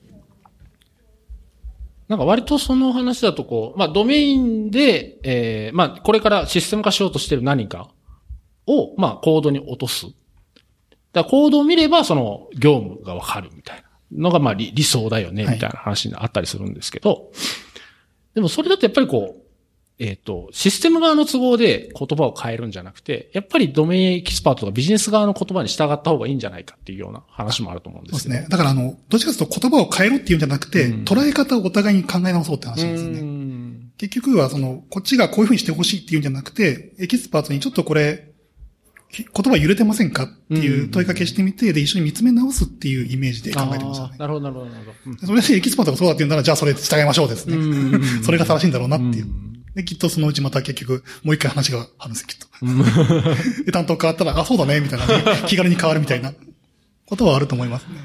なんか割とその話だとこう、ドメインで、これからシステム化しようとしている何かを、コードに落とす。だからコードを見ればその業務がわかるみたいなのが理想だよね、みたいな話にあったりするんですけど、でもそれだとやっぱりこう、システム側の都合で言葉を変えるんじゃなくて、やっぱりドメインエキスパートとかビジネス側の言葉に従った方がいいんじゃないかっていうような話もあると思うんですけど。 そうですね。だからどっちかというと言葉を変えろっていうんじゃなくて、捉え方をお互いに考え直そうって話なんですよね。結局はこっちがこういう風にしてほしいっていうんじゃなくて、エキスパートにちょっとこれ、言葉揺れてませんかっていう問いかけしてみて、で、一緒に見つめ直すっていうイメージで考えてましたね。 なるほど、なるほど、なるほど。 それでエキスパートがそうだって言うんなら、じゃあそれ従いましょうですね。それが正しいんだろうなっていう。で、きっとそのうちまた結局、もう一回話があるんですよ、きっと。で、担当変わったら、そうだね、みたいな、ね、気軽に変わるみたいなことはあると思いますね。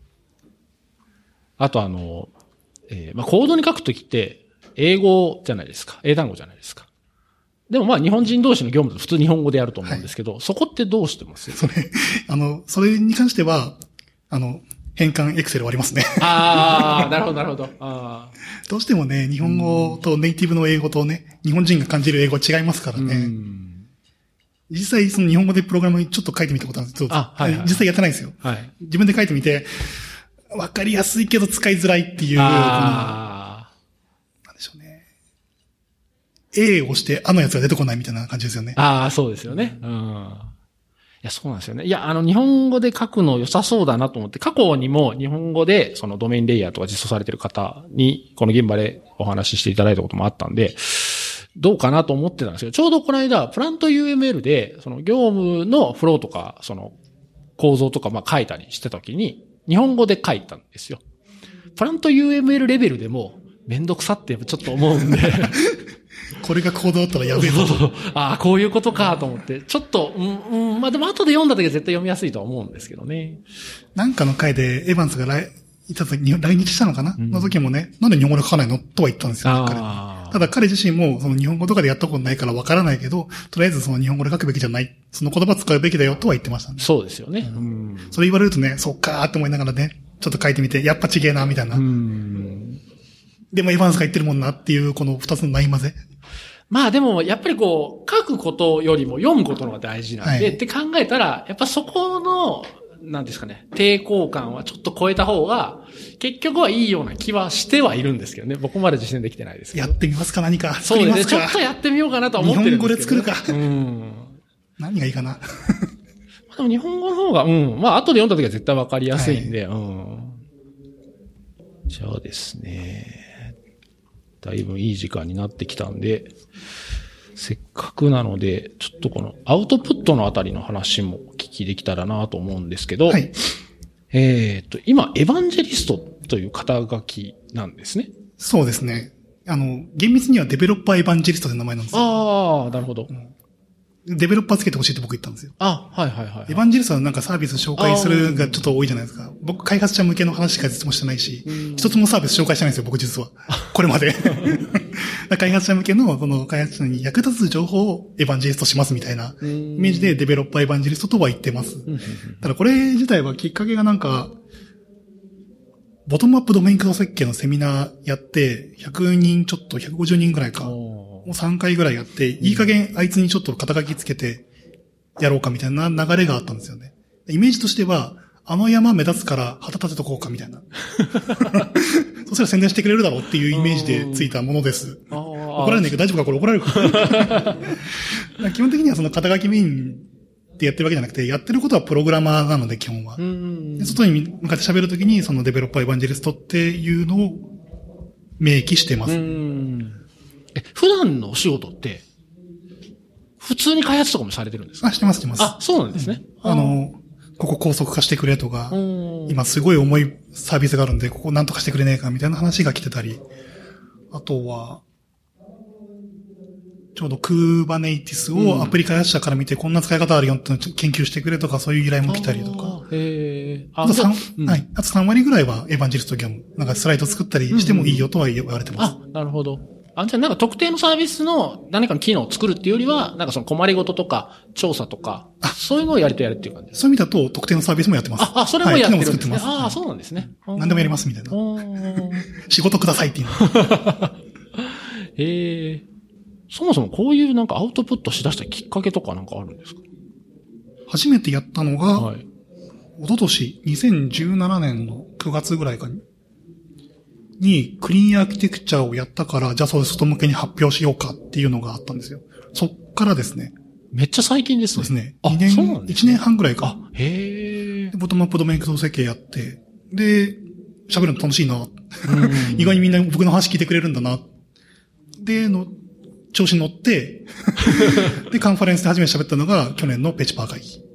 あとコードに書くときって、英語じゃないですか。英単語じゃないですか。でも日本人同士の業務だと普通日本語でやると思うんですけど、そこってどうしてます？ それに関しては、変換エクセルはありますね。 なるほど、なるほど。 どうしてもね、日本語とネイティブの英語とね、日本人が感じる英語は違いますからね。 実際その日本語でプログラムちょっと書いてみたことあるんですけど、実際やってないんですよ。 はい。 自分で書いてみて、わかりやすいけど使いづらいっていう、なんでしょうね。A を押して、のやつが出てこないみたいな感じですよね。 そうですよね。いや、そうなんですよね。いや、日本語で書くの良さそうだなと思って、過去にも日本語で、そのドメインレイヤーとか実装されてる方に、この現場でお話ししていただいたこともあったんで、どうかなと思ってたんですけど、ちょうどこの間、プラント UML で、その業務のフローとか、その構造とか、書いたりしてた時に、日本語で書いたんですよ。プラント UML レベルでも、めんどくさってちょっと思うんで、 これがコードだったらやべえぞと。 こういうことかと思って、ちょっと、でも後で読んだ時は絶対読みやすいとは思うんですけどね。 なんかの回でエヴァンスが来日したのかな、の時もね、なんで日本語で書かないのとは言ったんですよ、彼。ただ彼自身も、その日本語とかでやったことないからわからないけど、とりあえずその日本語で書くべきじゃない、その言葉使うべきだよとは言ってましたね。 そうですよね。 それ言われるとね、そっかーって思いながらね、ちょっと書いてみて、やっぱちげえな、みたいな。でもエヴァンスが言ってるもんなっていう、この二つのない混ぜ。 でも、やっぱり書くことよりも読むことの方が大事なんで、って考えたら、やっぱそこの、なんですかね、抵抗感はちょっと超えた方が、結局はいいような気はしてはいるんですけどね。僕まで実践できてないですけど。 やってみますか、何か。 そうですね。ちょっとやってみようかなとは思ってるんですけど、ね。 日本語で作るか。何がいいかな。 でも日本語の方が、後で読んだ時は絶対わかりやすいんで、じゃあですね。だいぶいい時間になってきたんで、せっかくなので、ちょっとこのアウトプットのあたりの話もお聞きできたらなと思うんですけど、今、エヴァンジェリストという肩書きなんですね。 そうですね。厳密にはデベロッパーエヴァンジェリストという名前なんですよ。 なるほど。 デベロッパーつけてほしいって僕言ったんですよ。 はい。 エヴァンジェリストはなんかサービス紹介するがちょっと多いじゃないですか。僕開発者向けの話しか実もしてないし、一つもサービス紹介してないんですよ、僕実は。これまで。開発者向けの、この開発者に役立つ情報をエヴァンジェリストしますみたいなイメージでデベロッパーエヴァンジェリストとは言ってます。ただこれ自体はきっかけがなんか、ボトムアップドメイン駆動設計のセミナーやって、100人ちょっと、150人ぐらいか。もう3回ぐらいやって、いい加減あいつにちょっと肩書きつけてやろうかみたいな流れがあったんですよね。イメージとしては、山目立つから旗立てとこうかみたいな。そしたら宣伝してくれるだろうっていうイメージでついたものです。怒られないけど大丈夫かこれ怒られるか基本的にはその肩書きメインでやってるわけじゃなくて、やってることはプログラマーなので基本は。で外に向かって喋るときにそのデベロッパーエヴァンジェリストっていうのを明記してます。 普段のお仕事って、普通に開発とかもされてるんですか？ してます。 そうなんですね。 ここ高速化してくれとか、今すごい重いサービスがあるんで、ここなんとかしてくれねえかみたいな話が来てたり、あとは、ちょうど Kubernetes をアプリ開発者から見てこんな使い方あるよって研究してくれとかそういう依頼も来たりとか。あと3割ぐらいはエヴァンジェリスト業務。なんかスライド作ったりしてもいいよとは言われてます。 なるほど。じゃあなんか特定のサービスの何かの機能を作るっていうよりは、なんかその困りごととか調査とか、そういうのをやるっていう感じですか？ そういう意味だと特定のサービスもやってます。 それもやってるんですね。そうなんですね。 何でもやりますみたいな。仕事くださいっていうの。そもそもこういうなんかアウトプットしだしたきっかけとかなんかあるんですか？ 初めてやったのが、一昨年2017年の9月ぐらいかにクリーンアーキテクチャをやったから、じゃあそれ外向けに発表しようかっていうのがあったんですよ。そっからですね。 めっちゃ最近ですね。 そうですね。1年半ぐらいか。ボトムアップドメイン駆動設計やって、で、喋るの楽しいな。意外にみんな僕の話聞いてくれるんだな。で、調子に乗って、で、カンファレンスで初めて喋ったのが去年のペチパー会議。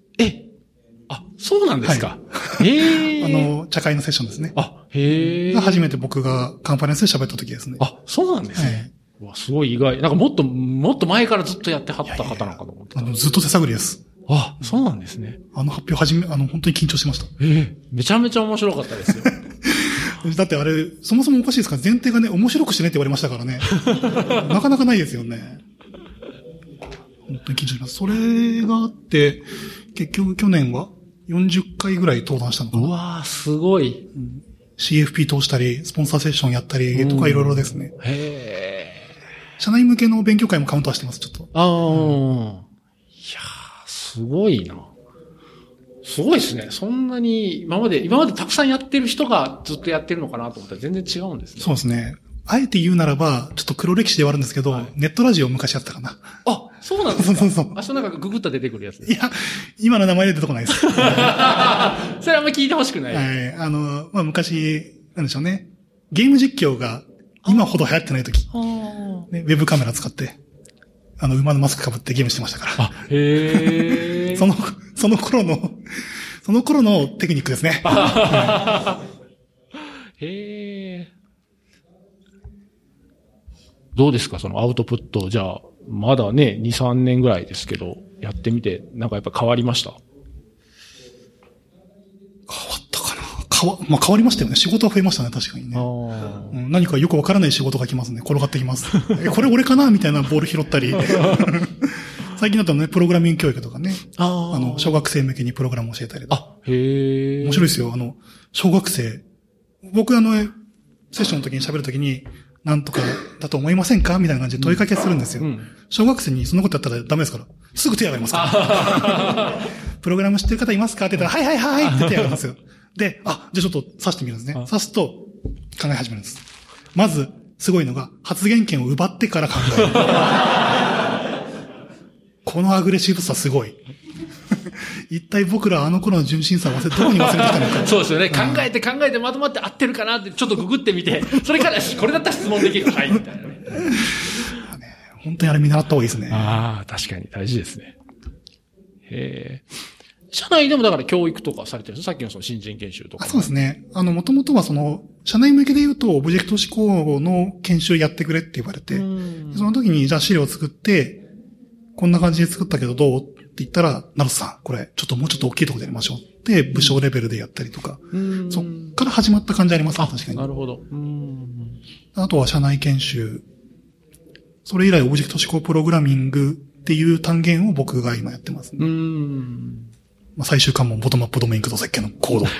そうなんですか。 茶会のセッションですね。 が初めて僕がカンファレンスで喋った時ですね。 そうなんですね。すごい意外。なんかもっと前からずっとやってはった方なのかと思ってた。 ずっと手探りです。 そうなんですね。 発表本当に緊張してました。 めちゃめちゃ面白かったですよ。 だってあれ、そもそもおかしいですから前提がね、面白くしねって言われましたからね。なかなかないですよね。本当に緊張します。それがあって、結局去年は40回ぐらい登壇したのかな。 うわー、すごい。 CFP 通したり、スポンサーセッションやったりとかいろいろですね。社内向けの勉強会もカウントはしてます、ちょっと。 いすごいな。すごいですね。そんなに、今までたくさんやってる人がずっとやってるのかなと思ったら全然違うんですね。 そうですね。あえて言うならば、ちょっと黒歴史ではあるんですけど、はい、ネットラジオ昔やったかな。 あ、そうなんですか。 そう。 あ、そのなんかググった出てくるやつ。 いや、今の名前で出てこないです。それあんまり聞いてほしくない。 はい。昔、なんでしょうね。ゲーム実況が今ほど流行ってない時、ね、ウェブカメラ使って、馬のマスク被ってゲームしてましたから。 あ、へー。 その頃のテクニックですね。 へー。どうですかそのアウトプット。じゃあ、まだね、2、3年ぐらいですけど、やってみて、なんかやっぱ変わりました？ 変わったかな。変わりましたよね。仕事は増えましたね、確かにね。何かよくわからない仕事が来ますね。転がってきます。これ俺かなみたいなボール拾ったり。最近だとね、プログラミング教育とかね。小学生向けにプログラム教えたりとか。 へー。 面白いですよ。小学生。僕セッションの時に喋る時に、なんとかだと思いませんかみたいな感じで問いかけするんですよ。小学生にそんなことやったらダメですから。すぐ手挙げますから。プログラム知ってる方いますかって言ったら、はいって手挙げますよ。で、じゃあちょっと指してみるんですね。指すと考え始めるんです。まず、すごいのが、発言権を奪ってから考える。このアグレッシブさすごい。一体僕らあの頃の純真さをどこに忘れてたのか。 そうですよね。考えてまとまって合ってるかなってちょっとググってみて、それからこれだったら質問できる。はい、みたいなね。 本当にあれ見習った方がいいですね。 確かに大事ですね。社内でもだから教育とかされてるんですか？さっきのその新人研修とか。 そうですね。もともとは社内向けで言うと、オブジェクト思考の研修やってくれって言われて、その時にじゃあ資料を作って、こんな感じで作ったけどどうって言ったら、ナルトさん、これ、もうちょっと大きいところでやりましょうって、部署レベルでやったりとか、そっから始まった感じありますね、確かに。 なるほど。 あとは社内研修。それ以来、オブジェクト思考プログラミングっていう単元を僕が今やってますね。最終関門、ボトムアップドメイン駆動設計のコード。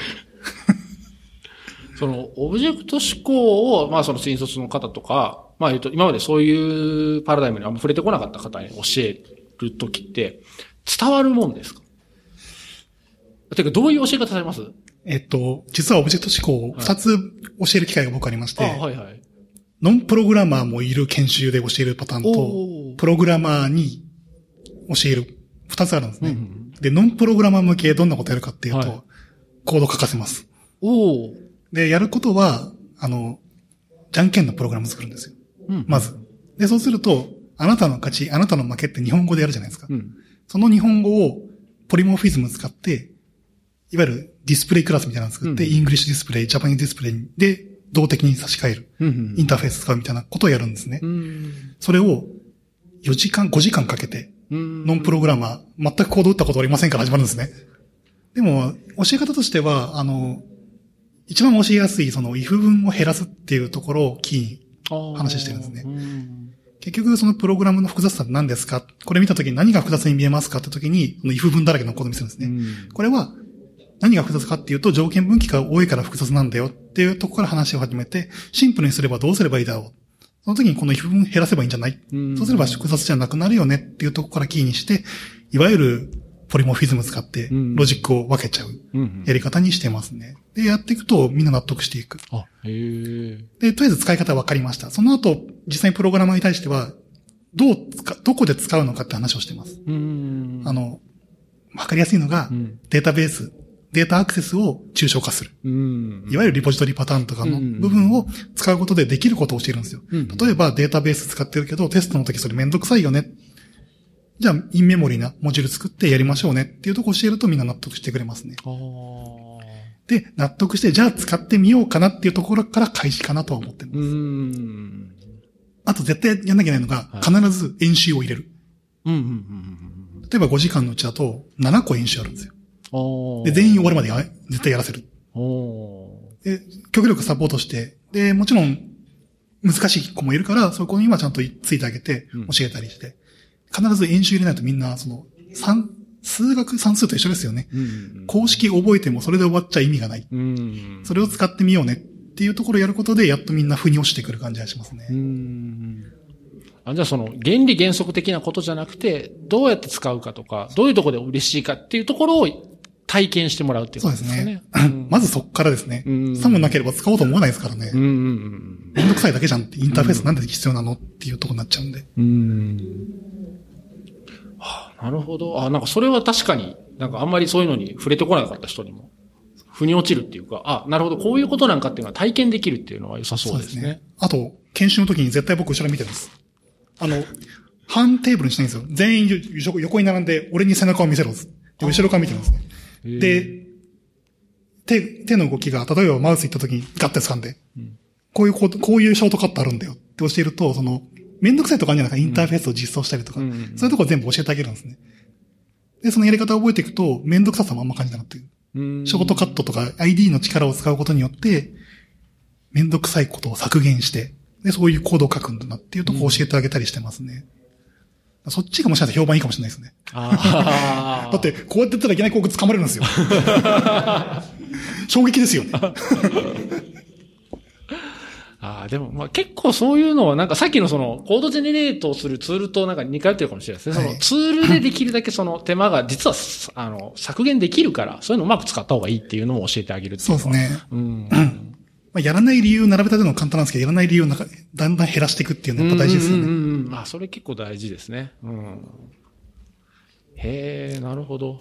その、オブジェクト思考を、その新卒の方とか、今までそういうパラダイムにあんま触れてこなかった方に教えるときって、伝わるもんですか？てか、どういう教え方されます？ 実はオブジェクト思考を2つ教える機会が僕ありまして、 はいはい。 ノンプログラマーもいる研修で教えるパターンと、プログラマーに教える2つあるんですね。で、ノンプログラマー向けどんなことやるかっていうと、コード書かせます。で、やることは、じゃんけんのプログラム作るんですよ。まず。で、そうすると、あなたの勝ち、あなたの負けって日本語でやるじゃないですか。その日本語をポリモーフィズム使って、いわゆるディスプレイクラスみたいなのを作って、イングリッシュディスプレイ、ジャパニーズディスプレイで動的に差し替える。インターフェース使うみたいなことをやるんですね。それを4時間、5時間かけて、ノンプログラマー、全くコード打ったことありませんから始まるんですね。でも、教え方としては、一番教えやすい、if 文を減らすっていうところをキーに話してるんですね。結局、そのプログラムの複雑さって何ですか？これ見たときに何が複雑に見えますかってときに、if 文だらけのコードを見せるんですね。これは、何が複雑かっていうと、条件分岐が多いから複雑なんだよっていうところから話を始めて、シンプルにすればどうすればいいだろう。その時にこの if 文減らせばいいんじゃない？そうすれば複雑じゃなくなるよねっていうところからキーにして、いわゆるポリモフィズム使ってロジックを分けちゃうやり方にしてますね。で、やっていくとみんな納得していく。で、とりあえず使い方分かりました。その後、実際にプログラマーに対しては、どこで使うのかって話をしてます。分かりやすいのが、データベース、データアクセスを抽象化する。いわゆるリポジトリパターンとかの部分を使うことでできることを教えるんですよ。例えばデータベース使ってるけど、テストの時それめんどくさいよね。じゃあ、インメモリなモジュール作ってやりましょうねっていうとこ教えるとみんな納得してくれますね。で、納得して、じゃあ使ってみようかなっていうところから開始かなとは思ってます。あと絶対やんなきゃいけないのが、必ず演習を入れる。例えば5時間のうちだと7個演習あるんですよ。で、全員終わるまで絶対やらせる。で、極力サポートして、で、もちろん難しい子もいるから、そこにはちゃんとついてあげて、教えたりして。必ず演習入れないとみんな、数学算数と一緒ですよね。公式覚えてもそれで終わっちゃ意味がない。それを使ってみようねっていうところをやることで、やっとみんな腑に落ちてくる感じがしますね。 じゃあその原理原則的なことじゃなくて、どうやって使うかとか、どういうところで嬉しいかっていうところを体験してもらうっていうことですね。 そうですね。まずそこからですね。さもなければ使おうと思わないですからね。めんどくさいだけじゃんって、インターフェースなんで必要なのっていうところになっちゃうんで。 なるほど。なんかそれは確かに、なんかあんまりそういうのに触れてこなかった人にも、腑に落ちるっていうか、なるほど、こういうことなんかっていうのは体験できるっていうのは良さそうですね。そうですね。 あと、研修の時に絶対僕後ろ見てるんです。半テーブルにしないんですよ。全員横に並んで、俺に背中を見せろ。で、後ろから見てるんですね。で、手の動きが、例えばマウス行った時にガッて掴んで、こういうショートカットあるんだよって教えると、めんどくさいとかあるんじゃないか、インターフェースを実装したりとか、そういうところ全部教えてあげるんですね。で、そのやり方を覚えていくと、めんどくささもあんま感じなくなってくる。ショートカットとか ID の力を使うことによって、めんどくさいことを削減して、で、そういうコードを書くんだなっていうとこを教えてあげたりしてますね。そっちがもしかしたら評判いいかもしれないですね。だって、こうやってやったらいきなり広告掴まれるんですよ。衝撃ですよね。 でも、結構そういうのは、なんかさっきのコードジェネレートをするツールとなんか似通ってるかもしれないですね。はい、ツールでできるだけ手間が実は、削減できるから、そういうのをうまく使った方がいいっていうのも教えてあげるっていうのは。 そうですね。やらない理由並べたのは簡単なんですけど、やらない理由をだんだん減らしていくっていうのはやっぱ大事ですよね。 それ結構大事ですね。へー、なるほど。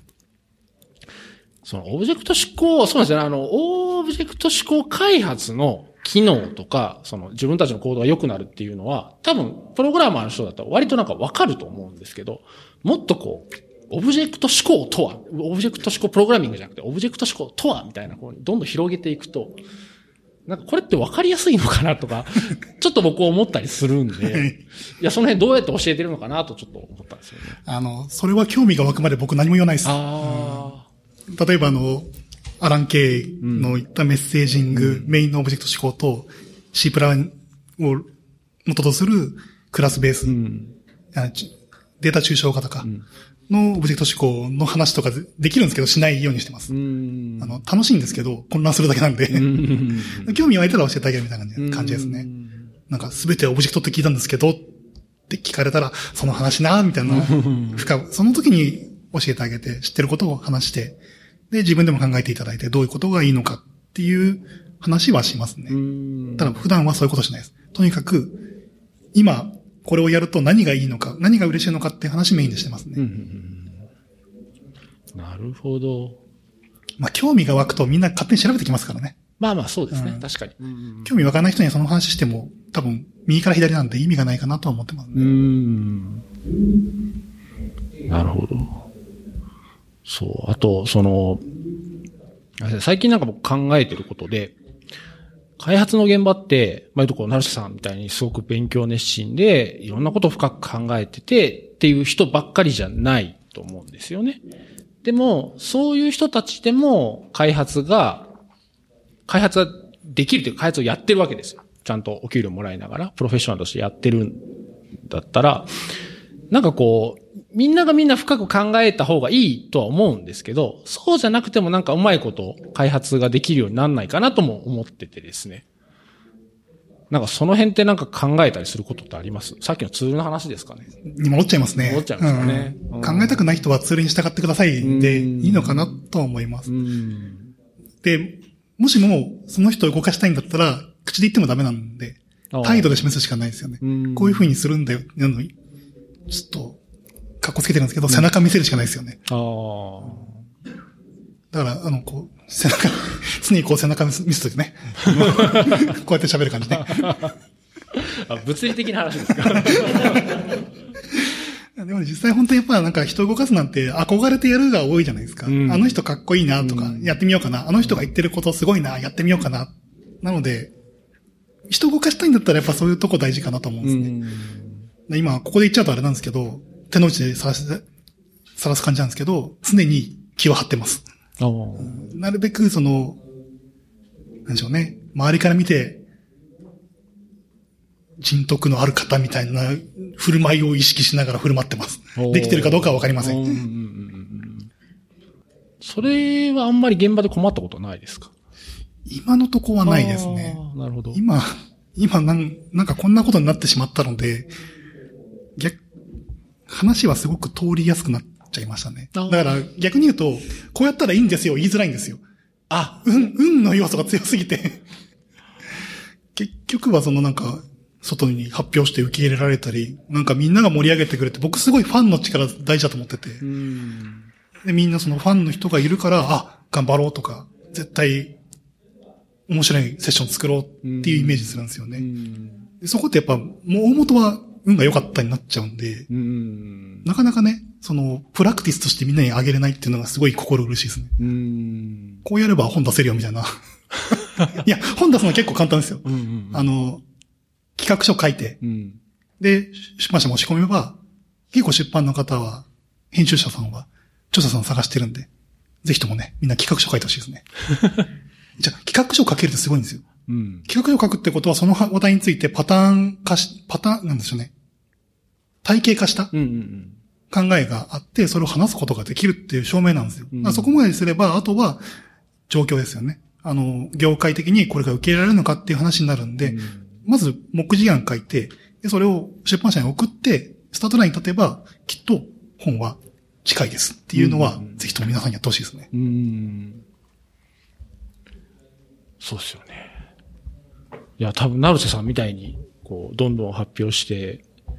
オブジェクト思考、そうですね。オブジェクト思考開発の機能とか、自分たちのコードが良くなるっていうのは、多分、プログラマーの人だったら割となんかわかると思うんですけど、もっとオブジェクト思考とは、オブジェクト思考プログラミングじゃなくて、オブジェクト思考とは、みたいな、どんどん広げていくと、なんかこれって分かりやすいのかなとか、ちょっと僕思ったりするんで、いや、その辺どうやって教えてるのかなとちょっと思ったんですよね。 それは興味が湧くまで僕何も言わないです。例えばアラン・ケイの言ったメッセージング、メインのオブジェクト思考と C プラを元とするクラスベース、データ抽象化とかのオブジェクト思考の話とかできるんですけど、しないようにしてます。楽しいんですけど、混乱するだけなんで、興味湧いたら教えてあげるみたいな感じですね。なんか全てオブジェクトって聞いたんですけど、って聞かれたら、その話な、みたいなその時に教えてあげて、知ってることを話して、で、自分でも考えていただいて、どういうことがいいのかっていう話はしますね。ただ普段はそういうことしないです。とにかく、今、これをやると何がいいのか、何が嬉しいのかっていう話メインでしてますね。 なるほど。 興味が湧くとみんな勝手に調べてきますからね。 そうですね。確かに。 興味湧かない人にはその話しても、多分、右から左なんで意味がないかなとは思ってますね。 なるほど。そう。あと、最近なんか僕考えてることで、開発の現場って、成瀬さんみたいにすごく勉強熱心で、いろんなことを深く考えてて、っていう人ばっかりじゃないと思うんですよね。でも、そういう人たちでも、開発ができるというか、開発をやってるわけですよ。ちゃんとお給料もらいながら、プロフェッショナルとしてやってるんだったら、なんかみんながみんな深く考えた方がいいとは思うんですけど、そうじゃなくてもなんかうまいこと開発ができるようになんないかなとも思っててですね。なんかその辺ってなんか考えたりすることってあります？さっきのツールの話ですかね。 に戻っちゃいますね。 戻っちゃいますよね。 考えたくない人はツールに従ってくださいでいいのかなとは思います。で、もしもその人を動かしたいんだったら、口で言ってもダメなんで、態度で示すしかないですよね。こういう風にするんだよ。ちょっと、かっこつけてるんですけど、背中見せるしかないですよね。だから、背中、常に背中見せといてね。こうやって喋る感じね。 物理的な話ですか？ でも実際本当にやっぱなんか人を動かすなんて憧れてやるが多いじゃないですか。あの人かっこいいなとか、やってみようかな。あの人が言ってることすごいな、やってみようかな。なので、人を動かしたいんだったらやっぱそういうとこ大事かなと思うんですね。今、ここで言っちゃうとあれなんですけど、手の内でさらす感じなんですけど、常に気を張ってます。なるべくなんでしょうね。周りから見て、人徳のある方みたいな振る舞いを意識しながら振る舞ってます。できてるかどうかはわかりません。 それはあんまり現場で困ったことないですか？ 今のとこはないですね。 なるほど。 今なんかこんなことになってしまったので、 話はすごく通りやすくなっちゃいましたね。だから逆に言うと、こうやったらいいんですよ、言いづらいんですよ。運の要素が強すぎて。結局は外に発表して受け入れられたり、みんなが盛り上げてくれて、僕すごいファンの力大事だと思ってて。で、みんなそのファンの人がいるから、頑張ろうとか、絶対面白いセッション作ろうっていうイメージするんですよね。でそこってやっぱ、もう大元は運が良かったになっちゃうんで、なかなかね、プラクティスとしてみんなにあげれないっていうのがすごい心苦しいですね。こうやれば本出せるよみたいな。いや、本出すのは結構簡単ですよ。企画書書いて、で、出版社も仕込めば、結構出版の方は、編集者さんは、著者さん探してるんで、ぜひともね、みんな企画書書いてほしいですね。じゃあ、企画書書けるってすごいんですよ。企画書書くってことは、その話題についてパターンなんでしょうね。体系化した考えがあって、それを話すことができるっていう証明なんですよ。そこまですれば、あとは、状況ですよね。業界的にこれが受け入れられるのかっていう話になるんで、まず目次案書いて、でそれを出版社に送って、スタートラインに立てば、きっと本は近いですっていうのは、ぜひとも皆さんにやってほしいですね。 そうですよね。いや、多分、成瀬さんみたいに、どんどん発表して、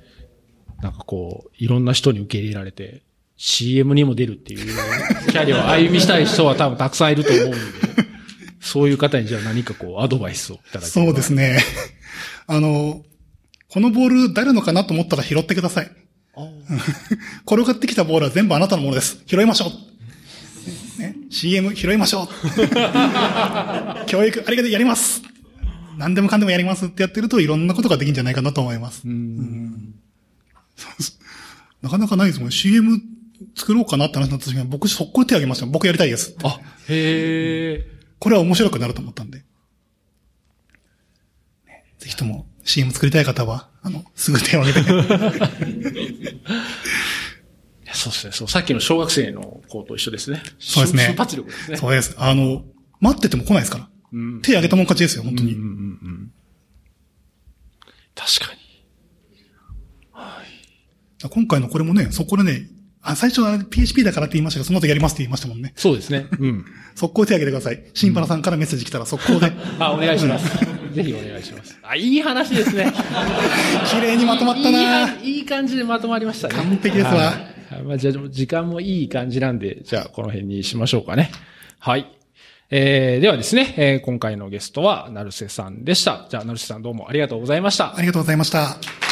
いろんな人に受け入れられて、CM にも出るっていうキャリアを歩みしたい人は多分たくさんいると思うんで、そういう方にじゃあ何かアドバイスをいただければ。 そうですね。このボール誰のかなと思ったら拾ってください。転がってきたボールは全部あなたのものです。拾いましょう。ね、CM 拾いましょう。教育ありがとうやります。何でもかんでもやりますってやってるといろんなことができるんじゃないかなと思います。なかなかないですもん。CM 作ろうかなって話になった時に僕速攻手挙げました。僕やりたいです。 へー。 これは面白くなると思ったんで。ぜひとも CM 作りたい方は、すぐ手を挙げて。 そうですね。そう、さっきの小学生の子と一緒ですね。 そうですね。 瞬発力ですね。 そうです。待ってても来ないですから。手挙げたもん勝ちですよ、本当に。 確かに。 今回のこれもね、そこでね、最初は PHP だからって言いましたが、その後やりますって言いましたもんね。 そうですね。 速攻手挙げてください。シンパラさんからメッセージ来たら速攻で。 お願いします。ぜひお願いします。いい話ですね。 綺麗にまとまったな。 いい感じでまとまりましたね。 完璧ですわ。 じゃあ、時間もいい感じなんで、じゃあ、この辺にしましょうかね。はい。ではですね、今回のゲストは、成瀬さんでした。じゃあ、成瀬さんどうもありがとうございました。 ありがとうございました。